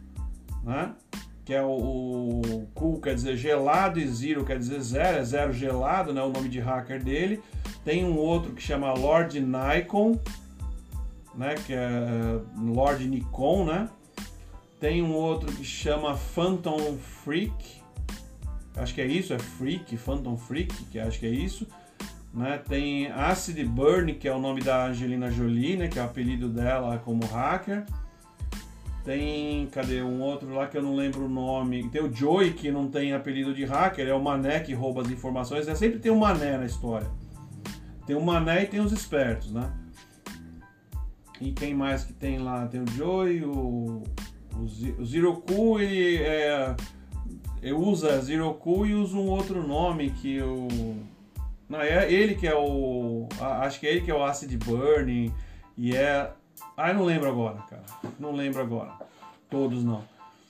né? Que é o Cool quer dizer gelado e Zero quer dizer zero, é zero gelado, né? O nome de hacker dele. Tem um outro que chama Lord Nikon, né, que é Lord Nikon, né? Tem um outro que chama Phantom Freak, acho que é isso, é Freak, Phantom Freak, que acho que é isso, né? Tem Acid Burn, que é o nome da Angelina Jolie, né, que é o apelido dela como hacker. Tem, cadê um outro lá que eu não lembro o nome? Tem o Joey, que não tem apelido de hacker, é o mané que rouba as informações, sempre tem um mané na história. Tem o mané e tem os espertos, né? E quem mais que tem lá? Tem o Joey, o Zero Cool, ele usa Zero Cool e usa um outro nome que não, é ele que é acho que é ele que é o Acid Burn e eu não lembro agora, cara. Não lembro agora. Todos não.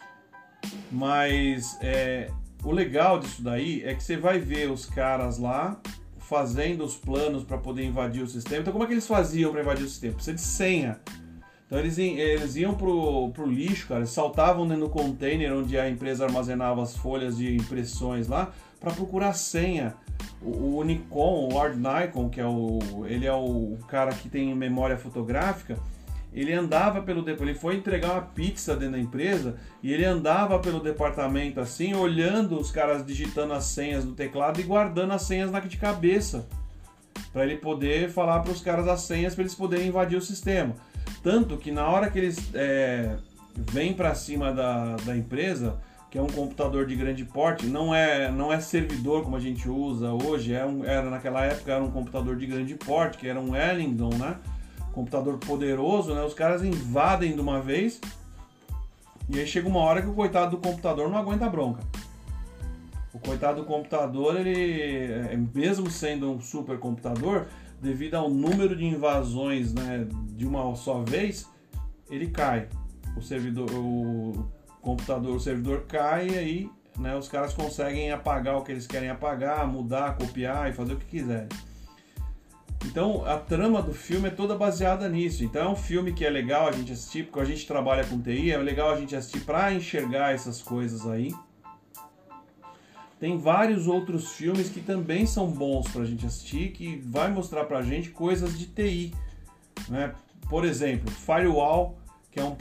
Mas o legal disso daí é que você vai ver os caras lá fazendo os planos para poder invadir o sistema. Então como é que eles faziam para invadir o sistema? Precisa de senha. Então eles iam pro lixo, cara, eles saltavam dentro do container onde a empresa armazenava as folhas de impressões lá para procurar senha. O Nikon, o Lord Nikon, que ele é o cara que tem memória fotográfica, ele andava ele foi entregar uma pizza dentro da empresa e ele andava pelo departamento assim, olhando os caras digitando as senhas no teclado e guardando as senhas de cabeça, para ele poder falar para os caras as senhas para eles poderem invadir o sistema. Tanto que na hora que eles vêm para cima da empresa, que é um computador de grande porte, não é servidor como a gente usa hoje, naquela época era um computador de grande porte, que era um Wellington, né? Computador poderoso, né? Os caras invadem de uma vez e aí chega uma hora que o coitado do computador não aguenta a bronca. O coitado do computador, ele, mesmo sendo um supercomputador, devido ao número de invasões, né, de uma só vez, ele cai. O servidor cai e aí, né, os caras conseguem apagar o que eles querem apagar, mudar, copiar e fazer o que quiserem. Então a trama do filme é toda baseada nisso. Então é um filme que é legal a gente assistir, porque a gente trabalha com TI, é legal a gente assistir para enxergar essas coisas aí. Tem vários outros filmes que também são bons pra gente assistir, que vai mostrar pra gente coisas de TI, né? Por exemplo, Firewall, que é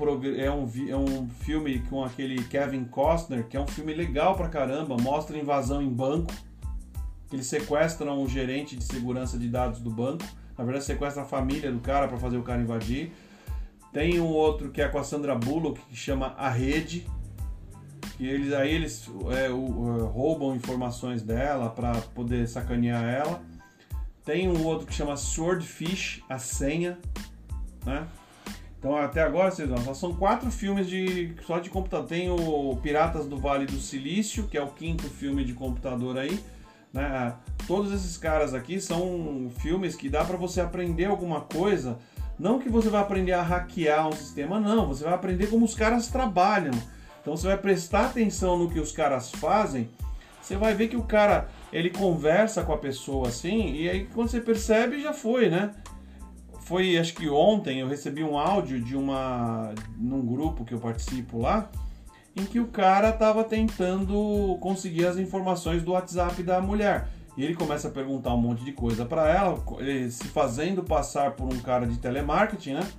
um filme com aquele Kevin Costner, que é um filme legal pra caramba, mostra invasão em banco, que eles sequestram o gerente de segurança de dados do banco, na verdade sequestra a família do cara pra fazer o cara invadir. Tem um outro que é com a Sandra Bullock, que chama A Rede, que eles roubam informações dela para poder sacanear ela. Tem um outro que chama Swordfish, A Senha, né? Então até agora, vocês vão, só são 4 filmes só de computador. Tem o Piratas do Vale do Silício, que é o 5º filme de computador aí, né? Todos esses caras aqui são filmes que dá para você aprender alguma coisa. Não que você vai aprender a hackear um sistema, não. Você vai aprender como os caras trabalham. Então você vai prestar atenção no que os caras fazem, você vai ver que o cara, ele conversa com a pessoa assim, e aí quando você percebe, já foi, né? Foi, acho que ontem, eu recebi um áudio num grupo que eu participo lá, em que o cara estava tentando conseguir as informações do WhatsApp da mulher. E ele começa a perguntar um monte de coisa para ela, se fazendo passar por um cara de telemarketing, né?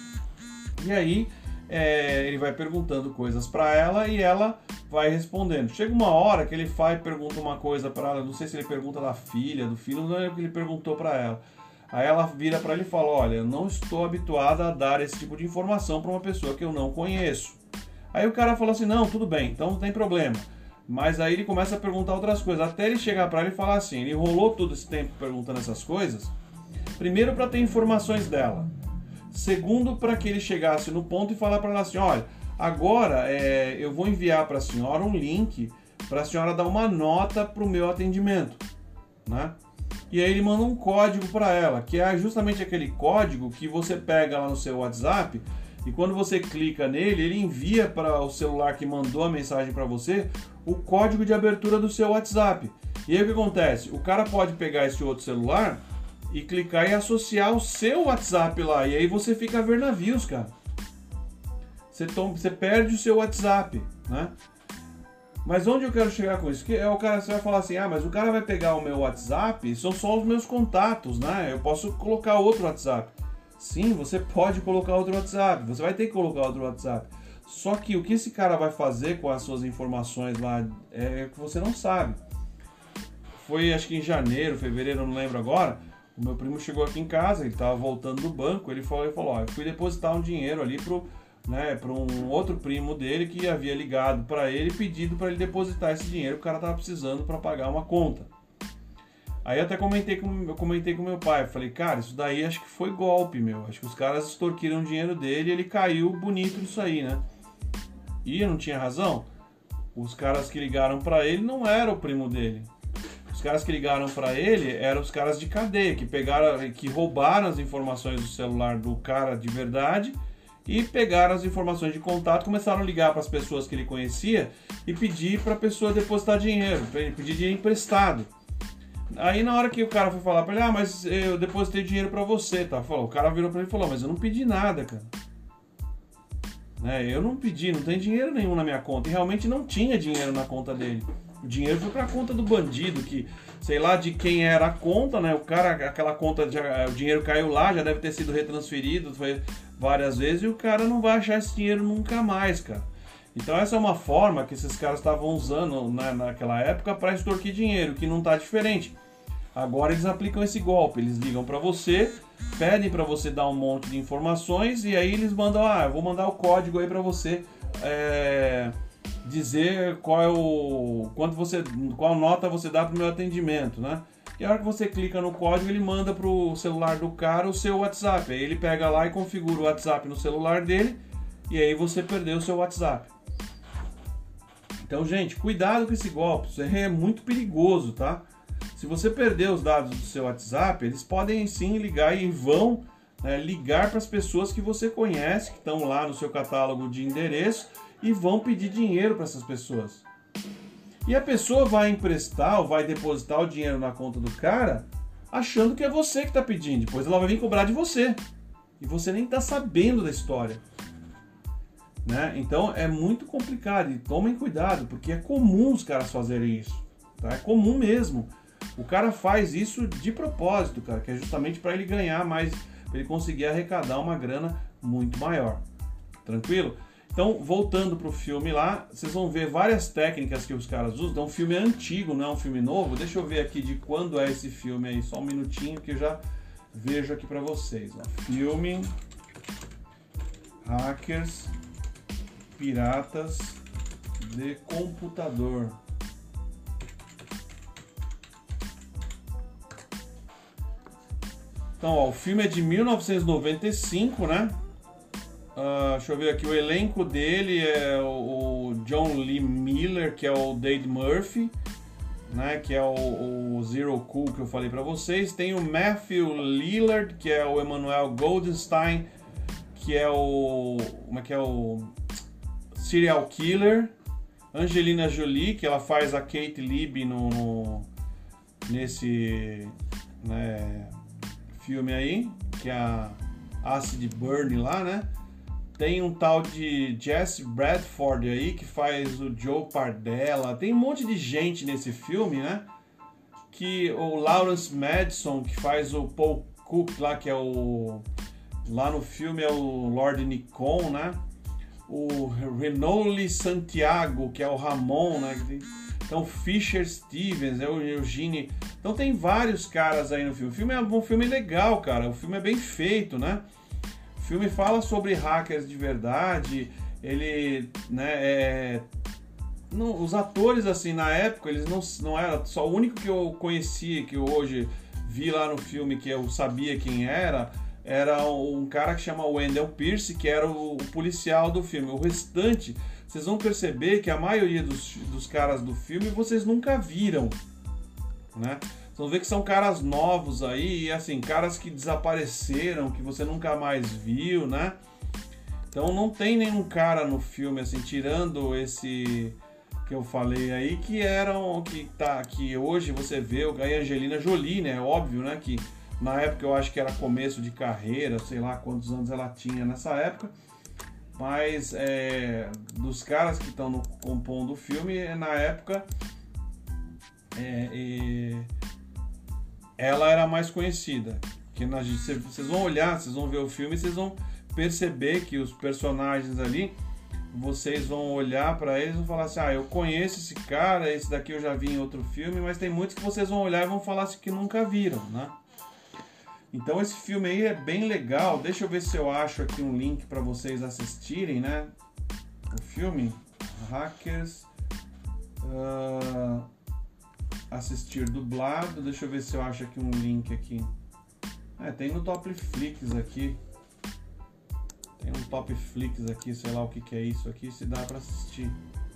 E aí ele vai perguntando coisas para ela e ela vai respondendo. Chega uma hora que ele pergunta uma coisa para ela, não sei se ele pergunta da filha, do filho, não é o que ele perguntou para ela. Aí ela vira para ele e fala: olha, eu não estou habituada a dar esse tipo de informação para uma pessoa que eu não conheço. Aí o cara fala assim: não, tudo bem, então não tem problema. Mas aí ele começa a perguntar outras coisas, até ele chegar para ela e falar assim, ele enrolou todo esse tempo perguntando essas coisas, primeiro para ter informações dela, segundo para que ele chegasse no ponto e falar para ela assim: olha, agora eu vou enviar para a senhora um link para a senhora dar uma nota para o meu atendimento, né? E aí ele manda um código para ela, que é justamente aquele código que você pega lá no seu WhatsApp e quando você clica nele, ele envia para o celular que mandou a mensagem para você o código de abertura do seu WhatsApp. E aí o que acontece? O cara pode pegar esse outro celular e clicar e associar o seu WhatsApp lá. E aí você fica a ver navios, cara. Você perde o seu WhatsApp, né? Mas onde eu quero chegar com isso? Que o cara, você vai falar assim: ah, mas o cara vai pegar o meu WhatsApp, são só os meus contatos, né? Eu posso colocar outro WhatsApp. Sim, você pode colocar outro WhatsApp, você vai ter que colocar outro WhatsApp. Só que o que esse cara vai fazer com as suas informações lá é que você não sabe. Foi acho que em janeiro, fevereiro, eu não lembro agora, o meu primo chegou aqui em casa, ele estava voltando do banco, ele falou, ó, eu fui depositar um dinheiro ali para um outro primo dele que havia ligado para ele, pedido para ele depositar esse dinheiro, o cara estava precisando para pagar uma conta. Aí eu até comentei com meu pai, eu falei, cara, isso daí acho que foi golpe, meu, acho que os caras extorquiram o dinheiro dele e ele caiu bonito nisso aí, né? E eu não tinha razão, os caras que ligaram para ele não eram o primo dele. Os caras que ligaram para ele eram os caras de cadeia, que roubaram as informações do celular do cara de verdade e pegaram as informações de contato, começaram a ligar para as pessoas que ele conhecia e pedir para a pessoa depositar dinheiro, pedir dinheiro emprestado. Aí na hora que o cara foi falar para ele, ah, mas eu depositei dinheiro para você, tá? O cara virou para ele e falou, mas eu não pedi nada, cara. Eu não pedi, não tem dinheiro nenhum na minha conta. E realmente não tinha dinheiro na conta dele. O dinheiro foi para a conta do bandido, que sei lá de quem era a conta, né? O cara, aquela conta, o dinheiro caiu lá, já deve ter sido retransferido foi várias vezes e o cara não vai achar esse dinheiro nunca mais, cara. Então essa é uma forma que esses caras estavam usando, né, naquela época para extorquir dinheiro, que não está diferente. Agora eles aplicam esse golpe, eles ligam para você, pedem para você dar um monte de informações e aí eles mandam, eu vou mandar o código aí para você dizer qual nota você dá pro meu atendimento, né? E a hora que você clica no código, ele manda pro celular do cara o seu WhatsApp. Aí ele pega lá e configura o WhatsApp no celular dele e aí você perdeu o seu WhatsApp. Então, gente, cuidado com esse golpe, isso é muito perigoso, tá? Se você perder os dados do seu WhatsApp, eles podem sim ligar e vão ligar para as pessoas que você conhece, que estão lá no seu catálogo de endereço e vão pedir dinheiro para essas pessoas. E a pessoa vai emprestar ou vai depositar o dinheiro na conta do cara achando que é você que está pedindo. Depois ela vai vir cobrar de você. E você nem está sabendo da história. Né? Então é muito complicado. E tomem cuidado, porque é comum os caras fazerem isso. tá? É comum mesmo. O cara faz isso de propósito, cara, que é justamente para ele ganhar mais, para ele conseguir arrecadar uma grana muito maior. Tranquilo? Então, voltando pro filme lá, vocês vão ver várias técnicas que os caras usam. Então, um filme antigo, não é um filme novo. Deixa eu ver aqui de quando é esse filme aí, só um minutinho que eu já vejo aqui para vocês. Ó. Filme Hackers Piratas de Computador. Então, ó, o filme é de 1995, né? Deixa eu ver aqui, o elenco dele é o John Lee Miller, que é o Dade Murphy, né? Que é o Zero Cool que eu falei pra vocês. Tem o Matthew Lillard, que é o Emmanuel Goldenstein, que é o... como é que é? O Serial Killer. Angelina Jolie, que ela faz a Kate Leib nesse, né, filme aí, que é a Acid Burn lá, né? Tem um tal de Jesse Bradford aí, que faz o Joe Pardella. Tem um monte de gente nesse filme, né? Que o Lawrence Madison, que faz o Paul Cook lá, que é o... lá no filme é o Lord Nikon, né? O Renoli Santiago, que é o Ramon, né? Então, Fisher Stevens, é o Eugene. Então tem vários caras aí no filme. O filme é um filme legal, cara. O filme é bem feito, né? O filme fala sobre hackers de verdade. Ele, né, os atores, assim, na época, eles não era só o único que eu conhecia, que eu hoje vi lá no filme, que eu sabia quem era um cara que chama Wendell Pierce, que era o policial do filme. O restante, vocês vão perceber que a maioria dos caras do filme vocês nunca viram, né? Vocês vão ver que são caras novos aí, e assim, caras que desapareceram, que você nunca mais viu, né? Então não tem nenhum cara no filme, assim, tirando esse que eu falei aí, que hoje você vê a Angelina Jolie, né? Óbvio, né? Que na época eu acho que era começo de carreira, sei lá quantos anos ela tinha nessa época. Mas dos caras que estão compondo o filme, na época ela era mais conhecida. Vocês vão olhar, vocês vão ver o filme e vocês vão perceber que os personagens ali, vocês vão olhar para eles e vão falar assim, eu conheço esse cara, esse daqui eu já vi em outro filme, mas tem muitos que vocês vão olhar e vão falar assim que nunca viram, né? Então esse filme aí é bem legal. Deixa eu ver se eu acho aqui um link para vocês assistirem, né? O filme Hackers assistir dublado. Deixa eu ver se eu acho aqui um link aqui. Tem no Topflix aqui. Tem um Topflix aqui, sei lá o que é isso aqui, se dá para assistir.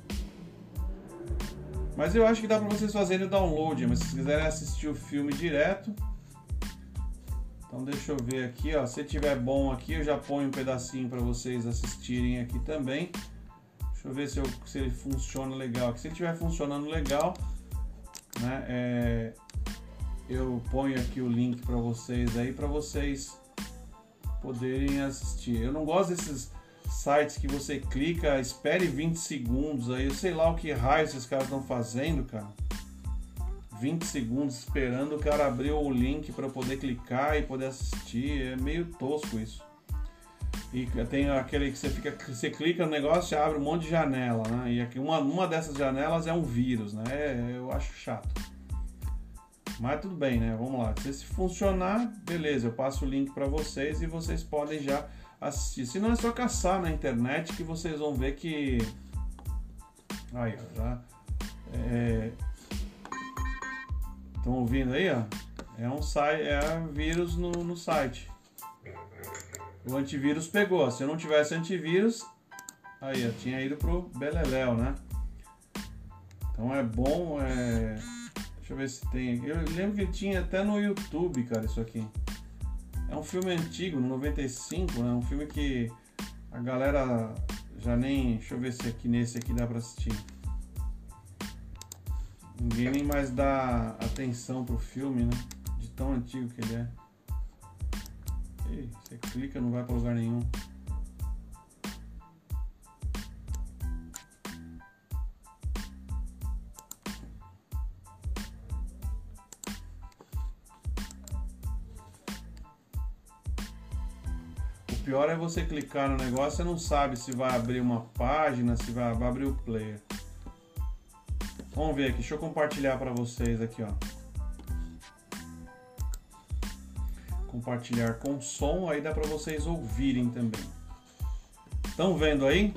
Mas eu acho que dá para vocês fazerem o download, mas se quiserem assistir o filme direto. Então deixa eu ver aqui, ó. Se tiver bom aqui, eu já ponho um pedacinho para vocês assistirem aqui também. Deixa eu ver se ele funciona legal. Se ele estiver funcionando legal, né, eu ponho aqui o link para vocês aí, para vocês poderem assistir. Eu não gosto desses sites que você clica, espere 20 segundos aí. Eu sei lá o que raio esses caras estão fazendo, cara. 20 segundos esperando o cara abrir o link para poder clicar e poder assistir. É meio tosco isso. E tem aquele que você clica no negócio e abre um monte de janela, né? E aqui uma dessas janelas é um vírus, né? Eu acho chato. Mas tudo bem, né? Vamos lá. Se funcionar, beleza. Eu passo o link para vocês e vocês podem já assistir. Se não, é só caçar na internet que vocês vão ver que... Aí, ó, já... Estão ouvindo aí, ó? É vírus no site. O antivírus pegou. Se eu não tivesse antivírus, aí, ó, tinha ido pro beleléu, né? Então é bom, deixa eu ver se tem aqui. Eu lembro que tinha até no YouTube, cara, isso aqui. É um filme antigo, no 95, né? Um filme que a galera já nem... Deixa eu ver se aqui nesse aqui dá pra assistir. Ninguém nem mais dá atenção pro filme, né? De tão antigo que ele é. Ei, você clica, não vai pra lugar nenhum. pior é você clicar no negócio e você não sabe se vai abrir uma página, se vai abrir o player. Vamos ver aqui, deixa eu compartilhar para vocês aqui, ó. Compartilhar com som, aí dá para vocês ouvirem também. Estão vendo aí?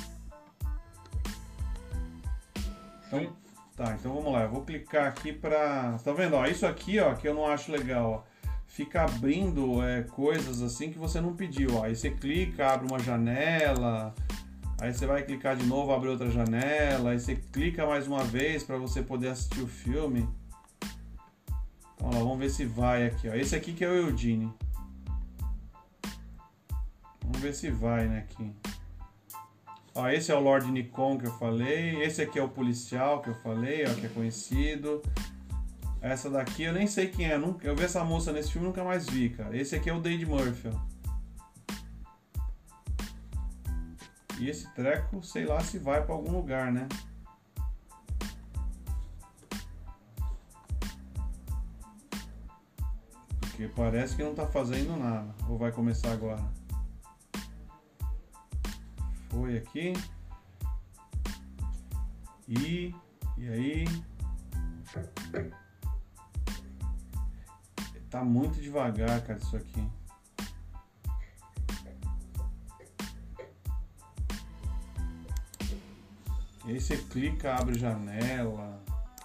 Então, tá, então vamos lá. Eu vou clicar aqui para... Tá vendo? Ó, isso aqui, ó, que eu não acho legal, ó. Fica abrindo coisas assim que você não pediu. Ó. Aí você clica, abre uma janela. Aí você vai clicar de novo, abre outra janela. Aí você clica mais uma vez para você poder assistir o filme. Então, ó, vamos ver se vai aqui. Ó. Esse aqui que é o Eugene. Vamos ver se vai, né, aqui. Ó, esse é o Lord Nikon que eu falei. Esse aqui é o policial que eu falei, ó, que é conhecido. Essa daqui eu nem sei quem é. Eu vi essa moça nesse filme e nunca mais vi, cara. Esse aqui é o Dade Murphy, ó. E esse treco, sei lá se vai pra algum lugar, né? Porque parece que não tá fazendo nada. Ou vai começar agora? Foi aqui. E aí? Tá muito devagar, cara, isso aqui. E aí você clica, abre janela.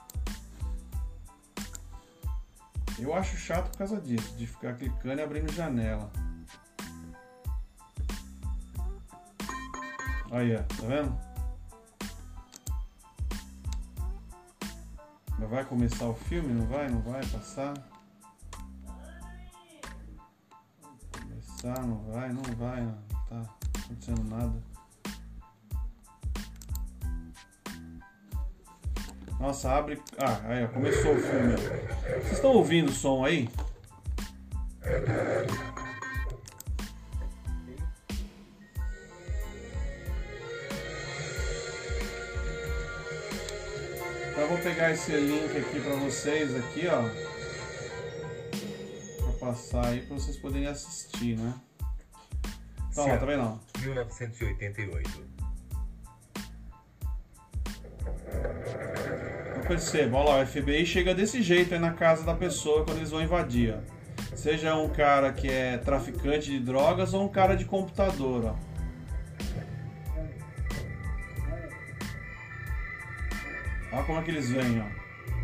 Eu acho chato por causa disso, de ficar clicando e abrindo janela. Aí, ó, tá vendo? Mas vai começar o filme? Não vai? Não vai passar? Não vai, não tá acontecendo nada. Nossa, abre... Ah, aí ó, começou o filme. Vocês estão ouvindo o som aí? Então eu vou pegar esse link aqui pra vocês aqui, ó. Passar aí para vocês poderem assistir, né? Então, ó, tá vendo? 1988. Eu percebo, olha lá, o FBI chega desse jeito aí na casa da pessoa quando eles vão invadir, ó. Seja um cara que é traficante de drogas ou um cara de computador, ó. Olha como é que eles vêm, ó.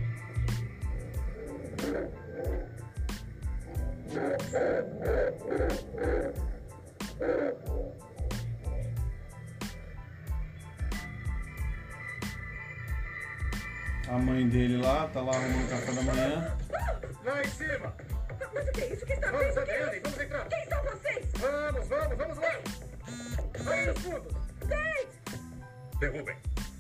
A mãe dele lá, tá lá arrumando café da manhã. Lá em cima! Mas o que é isso? O que está Vamos, acontecendo? Adriane, vamos entrar! Quem são vocês? Vamos lá! Vamos nos fundos! Dade! Derrubem!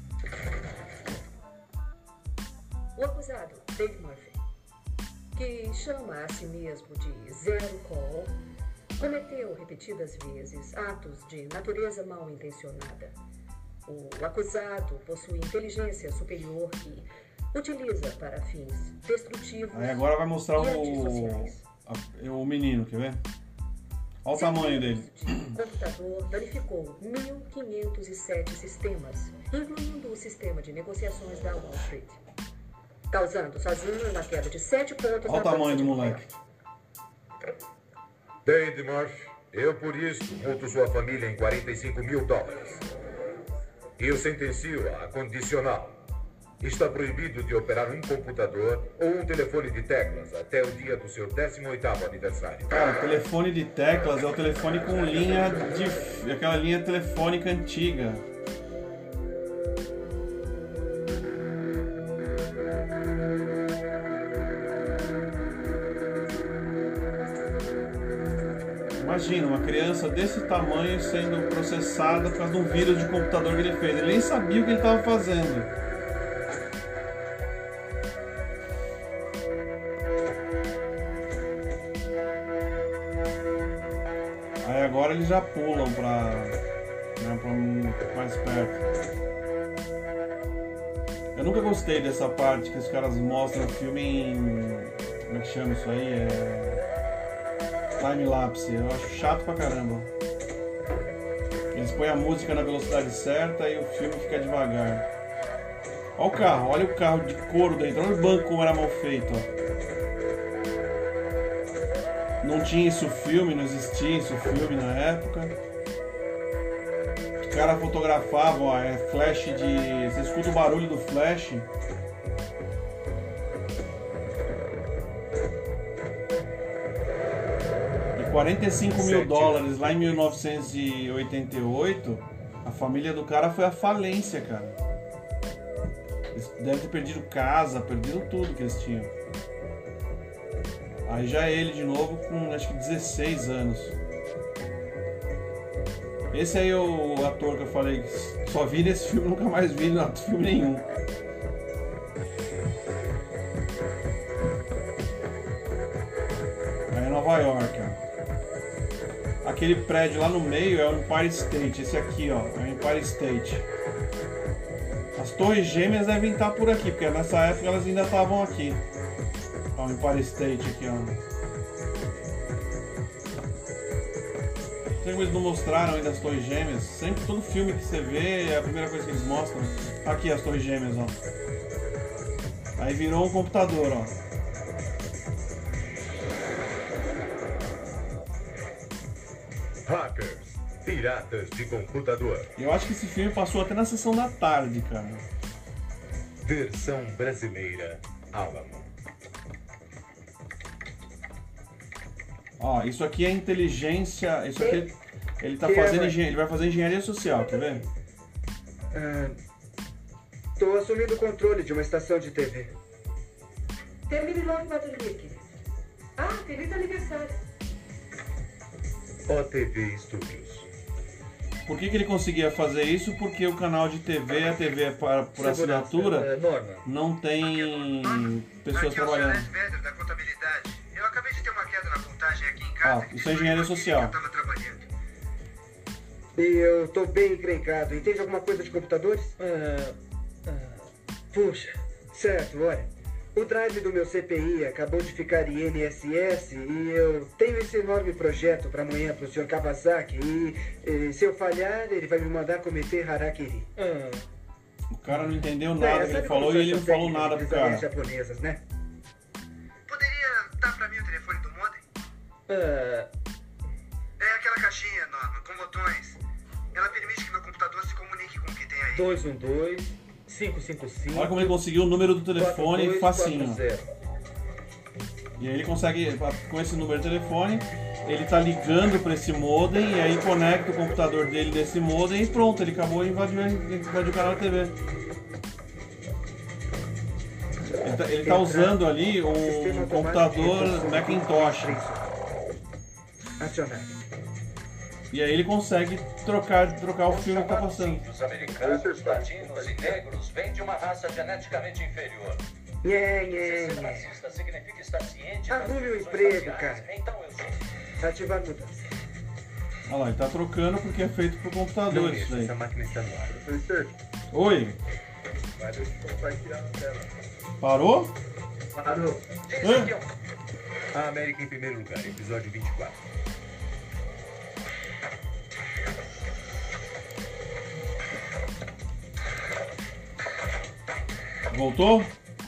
O acusado, Dade Murphy, que chama a si mesmo de Zero Call, cometeu repetidas vezes atos de natureza mal intencionada. O acusado possui inteligência superior que utiliza para fins destrutivos. Aí agora vai mostrar o menino, quer ver? Olha o tamanho dele. O computador danificou 1.507 sistemas, incluindo o sistema de negociações da Wall Street, causando sozinho uma queda de 7 pontos. Olha o tamanho do moleque. Dade Murphy, eu por isso multo sua família em $45 mil. E o sentencio a condicional. Está proibido de operar um computador ou um telefone de teclas até o dia do seu 18º aniversário. Cara, telefone de teclas é o telefone com linha de... aquela linha telefônica antiga. Imagina, uma criança desse tamanho sendo processada por causa de um vírus de computador que ele fez. Ele nem sabia o que ele estava fazendo. Aí agora eles já pulam pra mais perto. Eu nunca gostei dessa parte que os caras mostram o filme em... como é que chama isso aí? Time-lapse, eu acho chato pra caramba. Eles põem a música na velocidade certa e o filme fica devagar. Olha o carro, olha o carro de couro dentro. Olha o banco como era mal feito, ó. Não tinha isso filme, não existia isso filme na época. Os caras fotografavam, ó, é flash de... Você escuta o barulho do flash. E 45 mil dólares lá em 1988, a família do cara foi à falência, cara. Eles devem ter perdido casa, perdido tudo que eles tinham. Aí já é ele de novo com acho que 16 anos. Esse aí é o ator que eu falei que só vi nesse filme, nunca mais vi em outro filme nenhum. Aí é Nova York, ó. Aquele prédio lá no meio é o Empire State. Esse aqui, ó, é o Empire State. As torres gêmeas devem estar por aqui, porque nessa época elas ainda estavam aqui. Ó, o Empire State aqui, ó. Não sei como eles não mostraram ainda as torres gêmeas. Sempre todo filme que você vê é a primeira coisa que eles mostram. Aqui as torres gêmeas, ó. Aí virou um computador, ó. Hackers, piratas de computador. Eu acho que esse filme passou até na sessão da tarde, cara. Versão brasileira, Alamo. Ó, isso aqui é inteligência. Isso aqui ele tá fazendo engenharia. Ele vai fazer engenharia social, quer ver? Tô assumindo o controle de uma estação de TV. Termine logo o ateliê, querido. Ah, feliz aniversário. OTV Studios. Por que ele conseguia fazer isso? Porque o canal de TV, a TV é por assinatura, não tem pessoas trabalhando. Aqui é o Vedder da contabilidade. Eu acabei de ter uma queda na contagem aqui em casa. Isso é engenharia social. Eu tava trabalhando. E eu tô bem encrencado. Entende alguma coisa de computadores? Puxa, certo, olha. O drive do meu CPI acabou de ficar em NSS e eu tenho esse enorme projeto para amanhã pro Sr. Kawasaki e se eu falhar, ele vai me mandar cometer harakiri. O cara não entendeu nada que ele falou e ele não falou nada pro cara. Japonesas, né? Poderia dar para mim o telefone do modem? É aquela caixinha enorme, com botões. Ela permite que meu computador se comunique com o que tem aí. 212-555. Olha como ele conseguiu o número do telefone facinho. E aí ele consegue, com esse número de telefone, ele tá ligando para esse modem e aí conecta o computador dele nesse modem e pronto, ele acabou de invadir o canal da TV. Ele tá usando ali um computador Macintosh. Acionado. E aí ele consegue trocar o filme que tá passando. Os americanos, latinos e negros vêm de uma raça geneticamente inferior. Ser racista significa estar ciente. Arrume um emprego, cara. Então eu sou. Ativar mudança. Olha lá, ele tá trocando porque é feito pro computador isso aí. Essa máquina está no ar. Oi? Vai tirar na tela. Parou? Parou. A América em primeiro lugar, episódio 24. Voltou?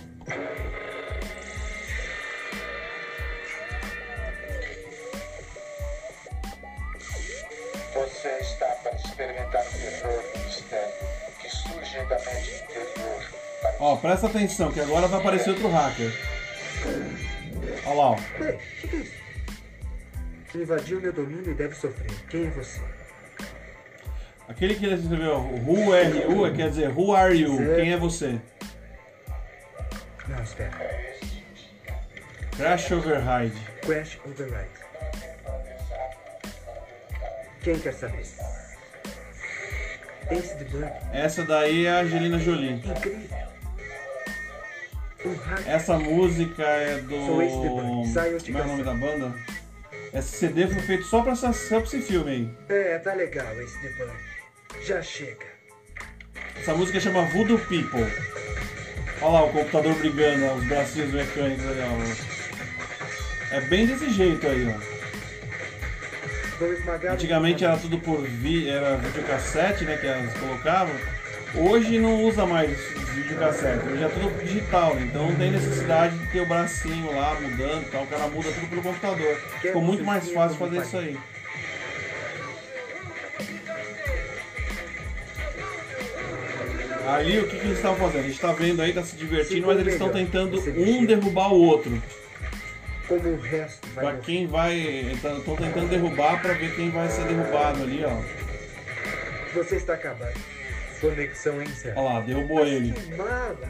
Você está para experimentar o terror e mistério que surge da mente interior. Ó, presta atenção que agora vai aparecer outro hacker. Olha lá, ó. Ei, o que é isso? Invadiu meu domínio e deve sofrer. Quem é você? Aquele que ele escreveu Who are you, quer dizer Who are you? Quem é você? Não, espera. Crash Override. Crash Override. Quem quer saber? Ace the Blood. Essa daí é a Angelina Jolie. Incrível. Essa música é do... Sou Ace the Blood. Saiam de Como é o nome da banda? Esse CD foi feito só pra esse filme aí. Tá legal, Ace the Blood. Já chega. Essa música chama Voodoo People. Olha lá o computador brigando, ó, os bracinhos mecânicos ali, ó. É bem desse jeito aí, ó. Vou esmagar. Antigamente era tudo por era videocassete, né, que elas colocavam. Hoje não usa mais videocassete, hoje é tudo digital, então não tem necessidade de ter o bracinho lá mudando, então o cara muda tudo pelo computador. Ficou muito mais fácil fazer isso aí. Ali o que eles estão fazendo? A gente está vendo aí, está se divertindo, mas eles estão tentando um derrubar o outro. Como o resto vai. Para quem vai. Estão tentando derrubar para ver quem vai ser derrubado ali, ó. Você está acabado. Conexão encerrada. Olha lá, derrubou ele. Que mala.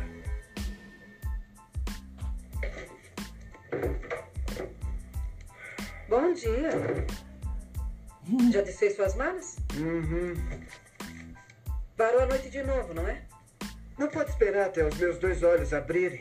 Bom dia. Já desfez suas malas? Uhum. Parou a noite de novo, não é? Não pode esperar até os meus 2 olhos abrirem.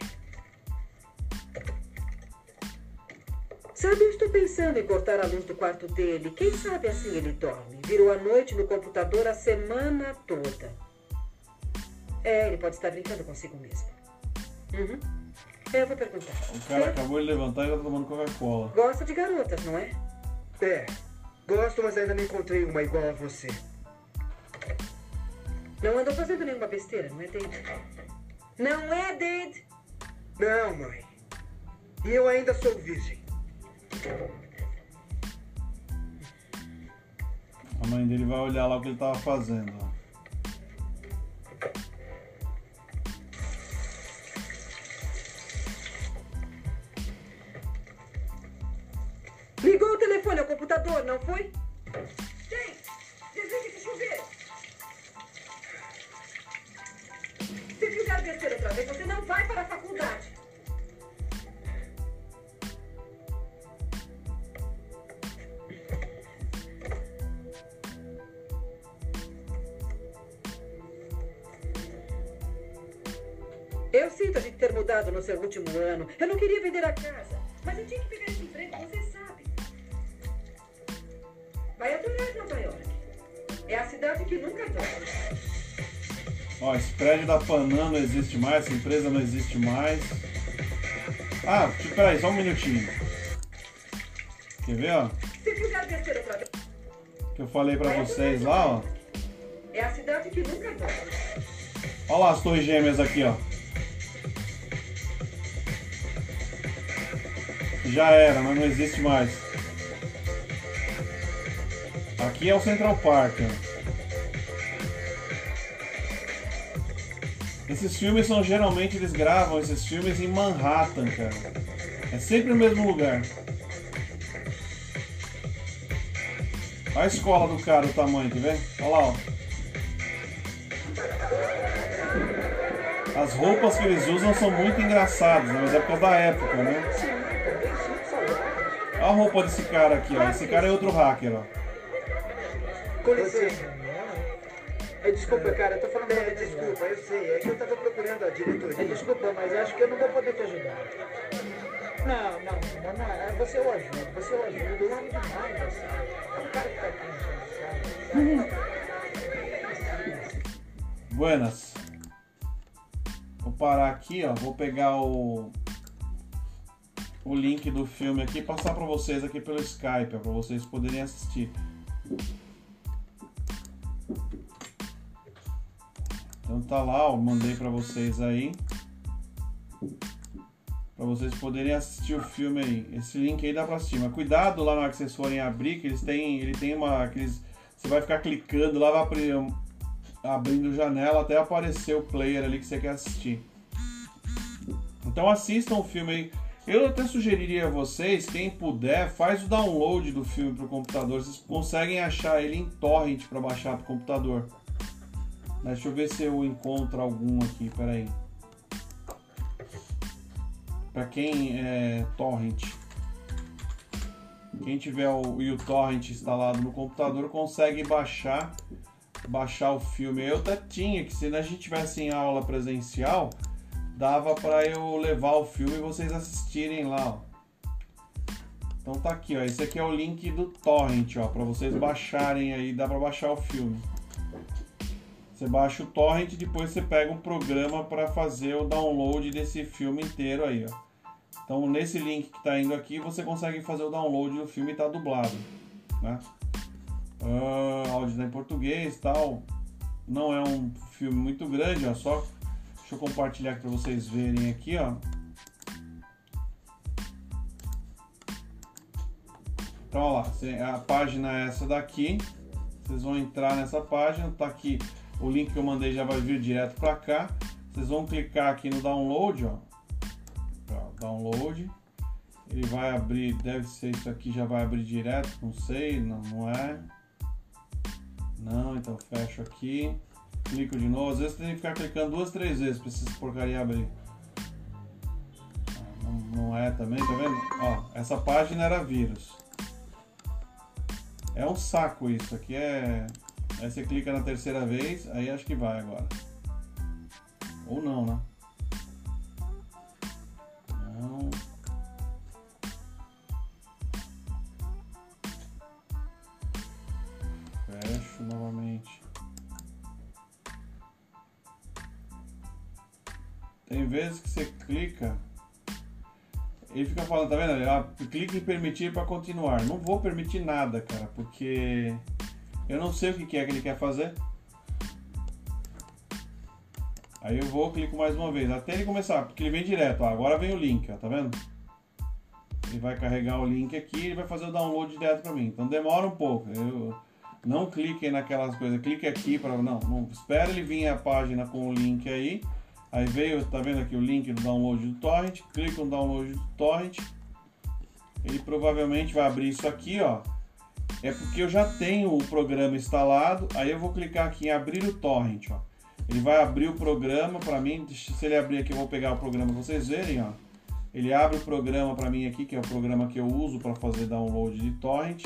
Sabe, eu estou pensando em cortar a luz do quarto dele. Quem sabe assim ele dorme. Virou a noite no computador a semana toda. Ele pode estar brincando consigo mesmo. Uhum. Eu vou perguntar. O cara acabou de levantar e já tá tomando Coca-Cola. Gosta de garotas, não é? Gosto, mas ainda não encontrei uma igual a você. Não andou fazendo nenhuma besteira, não é, Dade? Não é, Dade? Não, mãe. E eu ainda sou virgem. A mãe dele vai olhar lá o que ele tava fazendo, ó. Ligou o telefone ao computador, não foi? Tem! Desligue esse chuveiro! Se fizer besteira outra vez, você não vai para a faculdade. Eu sinto a gente ter mudado no seu último ano. Eu não queria vender a casa, mas eu tinha que pegar esse emprego, você sabe. Vai adorar Nova York. É a cidade que nunca dorme. Ó, esse prédio da Panam não existe mais, essa empresa não existe mais. Ah, peraí, só um minutinho. Quer ver, ó? Se fizer besteira outra vez. Que eu falei pra vocês lá, ó. É a cidade que nunca dorme. Olha lá as torres gêmeas aqui, ó. Já era, mas não existe mais. Aqui é o Central Park, ó. Esses filmes são geralmente, eles gravam esses filmes em Manhattan, cara. É sempre o mesmo lugar. Olha a escola do cara, o tamanho, quer ver? Olha lá, ó. As roupas que eles usam são muito engraçadas, né? Mas é por causa da época, né? Olha a roupa desse cara aqui, ó. Esse cara é outro hacker, ó. Com licença. Desculpa, cara, eu tô falando desculpa, eu sei. É que eu tava procurando a diretoria. Desculpa, mas acho que eu não vou poder te ajudar. Não. Você o ajuda. Eu amo demais você. É um cara que tá aqui no chão, sabe? Buenas. Vou parar aqui, ó. Vou pegar o link do filme aqui e passar pra vocês aqui pelo Skype, ó, pra vocês poderem assistir. Então tá lá, ó, mandei pra vocês aí. Pra vocês poderem assistir o filme aí. Esse link aí dá pra assistir. Mas cuidado lá na hora que vocês forem abrir, que ele tem uma... você vai ficar clicando lá, vai abrindo janela até aparecer o player ali que você quer assistir. Então assistam o filme aí. Eu até sugeriria a vocês, quem puder, faz o download do filme pro computador. Vocês conseguem achar ele em torrent para baixar pro computador. Deixa eu ver se eu encontro algum aqui, peraí. Para quem é torrent. Quem tiver o uTorrent instalado no computador consegue baixar o filme. Eu até tinha, que se a gente tivesse em aula presencial, dava para eu levar o filme e vocês assistirem lá, ó. Então tá aqui, ó. Esse aqui é o link do torrent, ó, para vocês baixarem aí, dá para baixar o filme. Você baixa o torrent e depois você pega um programa para fazer o download desse filme inteiro aí, ó. Então nesse link que tá indo aqui, você consegue fazer o download do filme e tá dublado, né? áudio tá em português e tal. Não é um filme muito grande, ó, só deixa eu compartilhar aqui para vocês verem aqui, ó. Então, ó lá, a página é essa daqui. Vocês vão entrar nessa página, tá aqui o link que eu mandei, já vai vir direto para cá. Vocês vão clicar aqui no download, ó. Download. Ele vai abrir, deve ser isso aqui, já vai abrir direto, não sei, não é. Não, então fecho aqui, clico de novo. Às vezes tem que ficar clicando 2, 3 vezes para essa porcaria abrir. Não é também, tá vendo? Ó, essa página era vírus. É um saco isso aqui, Aí você clica na terceira vez, aí acho que vai agora. Ou não, né? Não. Fecho novamente. Tem vezes que você clica, ele fica falando, tá vendo? Clique em permitir para continuar. Não vou permitir nada, cara, porque eu não sei o que é que ele quer fazer. Aí eu vou, clico mais uma vez, até ele começar, porque ele vem direto, ó, agora vem o link, ó, tá vendo? Ele vai carregar o link aqui e ele vai fazer o download direto para mim. Então demora um pouco. Não cliquem naquelas coisas, clique aqui para não espera ele vir a página com o link aí. Aí veio, tá vendo aqui o link do download do torrent, clica no download do torrent. Ele provavelmente vai abrir isso aqui, ó. É porque eu já tenho o programa instalado, aí eu vou clicar aqui em abrir o torrent, ó. Ele vai abrir o programa para mim, se ele abrir aqui eu vou pegar o programa para vocês verem, ó. Ele abre o programa para mim aqui, que é o programa que eu uso para fazer download de torrent.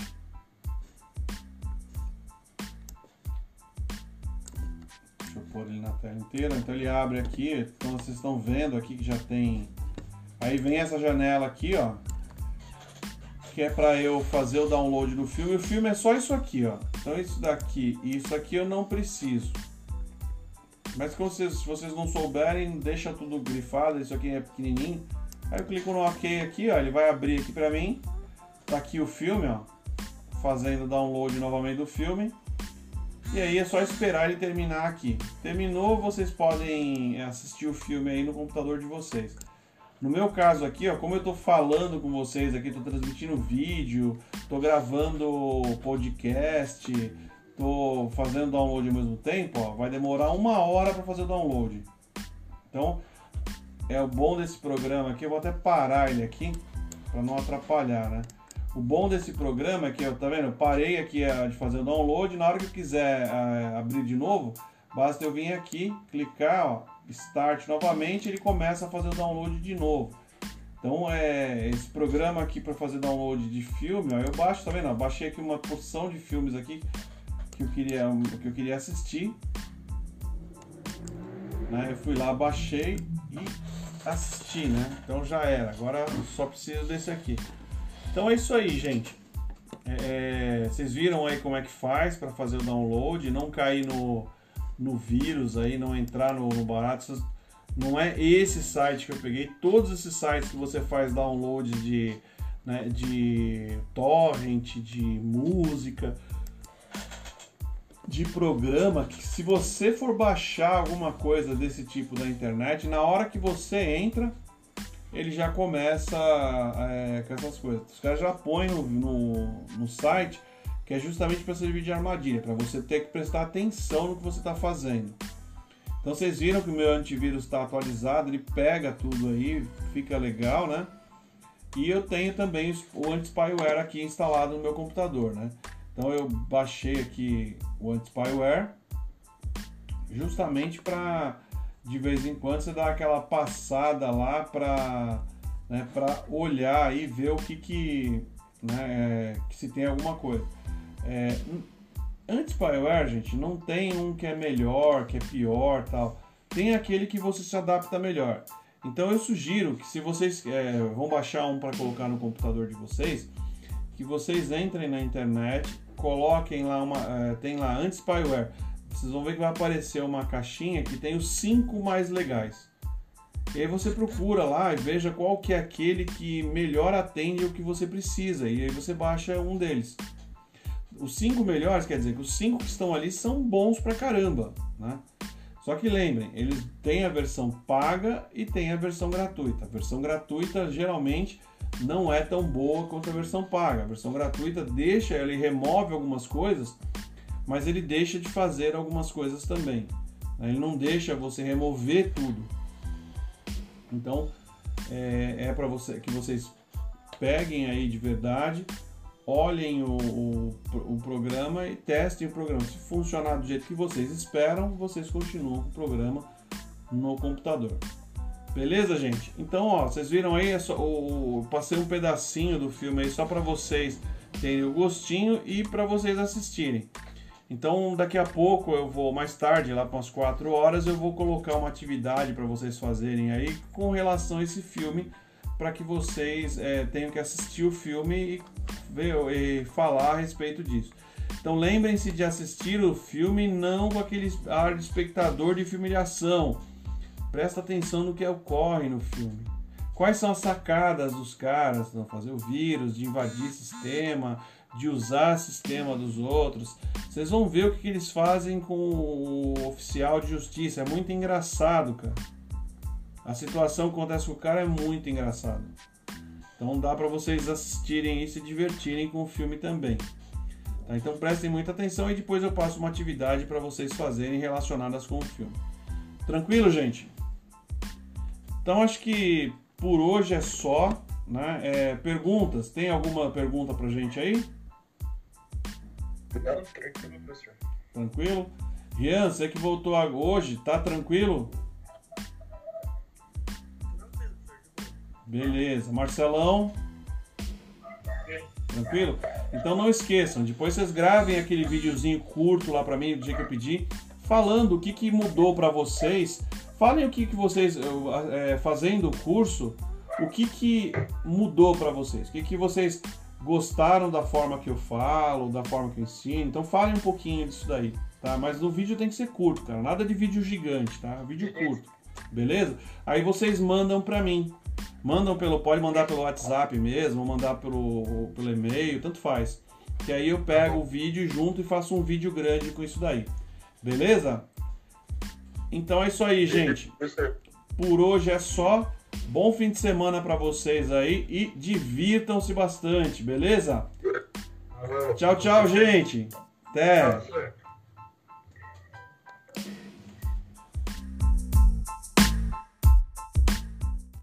Deixa eu pôr ele na tela inteira. Então ele abre aqui, então vocês estão vendo aqui que já tem. Aí vem essa janela aqui, ó, que é para eu fazer o download do filme. O filme é só isso aqui, ó. Então isso daqui e isso aqui eu não preciso. Mas se vocês não souberem, deixa tudo grifado. Isso aqui é pequenininho. Aí eu clico no OK aqui, ó, ele vai abrir aqui pra mim. Tá aqui o filme, ó, fazendo download novamente do filme. E aí é só esperar ele terminar aqui. Terminou, vocês podem assistir o filme aí no computador de vocês. No meu caso aqui, ó, como eu tô falando com vocês aqui, tô transmitindo vídeo, tô gravando podcast, tô fazendo download ao mesmo tempo, ó, vai demorar 1 hora para fazer o download. Então, é o bom desse programa aqui, eu vou até parar ele aqui para não atrapalhar, né? O bom desse programa é que, tá vendo? Eu parei aqui de fazer o download, na hora que eu quiser abrir de novo, basta eu vir aqui, clicar, ó, Start novamente, ele começa a fazer o download de novo. Então, esse programa aqui para fazer download de filme, ó, eu baixo, tá vendo? Eu baixei aqui uma porção de filmes aqui que eu queria assistir, né? Eu fui lá, baixei e assisti, né? Então já era, agora eu só preciso desse aqui. Então é isso aí, gente. Vocês viram aí como é que faz para fazer o download, não cair no vírus aí, não entrar no barato. Não é esse site que eu peguei, todos esses sites que você faz download de torrent, de música, de programa, que se você for baixar alguma coisa desse tipo da internet, na hora que você entra, ele já começa com essas coisas. Os caras já põem no site, que é justamente para servir de armadilha, para você ter que prestar atenção no que você está fazendo. Então vocês viram que o meu antivírus está atualizado, ele pega tudo aí, fica legal, né? E eu tenho também o anti-spyware aqui instalado no meu computador, né? Então eu baixei aqui o anti-spyware justamente para de vez em quando você dar aquela passada lá para olhar e ver o que se tem alguma coisa. Anti-spyware, gente, não tem um que é melhor, que é pior, tal. Tem aquele que você se adapta melhor. Então eu sugiro que se vocês vão baixar um para colocar no computador de vocês, que vocês entrem na internet, coloquem lá tem lá anti-spyware. Vocês vão ver que vai aparecer uma caixinha que tem os 5 mais legais. E aí você procura lá e veja qual que é aquele que melhor atende o que você precisa. E aí você baixa um deles. os 5 melhores, quer dizer que os 5 que estão ali são bons pra caramba, né? Só que lembrem, eles têm a versão paga e tem a versão gratuita. A versão gratuita geralmente não é tão boa quanto a versão paga. A versão gratuita ele remove algumas coisas, mas ele deixa de fazer algumas coisas também. Ele não deixa você remover tudo. Então, é para que vocês peguem aí de verdade, olhem o programa e testem o programa. Se funcionar do jeito que vocês esperam, vocês continuam com o programa no computador. Beleza, gente? Então, ó, vocês viram aí, passei um pedacinho do filme aí só para vocês terem o gostinho e para vocês assistirem. Então, daqui a pouco eu vou, mais tarde, lá para umas 4 horas, eu vou colocar uma atividade para vocês fazerem aí com relação a esse filme, para que vocês tenham que assistir o filme e falar a respeito disso. Então lembrem-se de assistir o filme não com aquele ar de espectador de filme de ação. Presta atenção no que ocorre no filme. Quais são as sacadas dos caras de fazer o vírus, de invadir sistema, de usar sistema dos outros. Vocês vão ver o que eles fazem com o oficial de justiça. É muito engraçado, cara. A situação que acontece com o cara é muito engraçada. Então dá para vocês assistirem e se divertirem com o filme também. Tá? Então prestem muita atenção e depois eu passo uma atividade para vocês fazerem relacionadas com o filme. Tranquilo, gente? Então acho que por hoje é só, né? Perguntas? Tem alguma pergunta pra gente aí? Não, tranquilo, professor. Tranquilo? Rian, você que voltou hoje, tá tranquilo? Beleza. Marcelão? Tranquilo? Então não esqueçam, depois vocês gravem aquele videozinho curto lá pra mim, do dia que eu pedi, falando o que mudou pra vocês. Falem o que vocês, fazendo o curso, o que mudou pra vocês. O que vocês gostaram da forma que eu falo, da forma que eu ensino. Então falem um pouquinho disso daí, tá? Mas o vídeo tem que ser curto, cara. Nada de vídeo gigante, tá? Vídeo curto. Beleza? Aí vocês mandam pra mim. Pode mandar pelo WhatsApp mesmo, mandar pelo e-mail, tanto faz. Que aí eu pego o vídeo junto e faço um vídeo grande com isso daí. Beleza? Então é isso aí, gente. Por hoje é só. Bom fim de semana pra vocês aí e divirtam-se bastante, beleza? Tchau, tchau, gente. Até.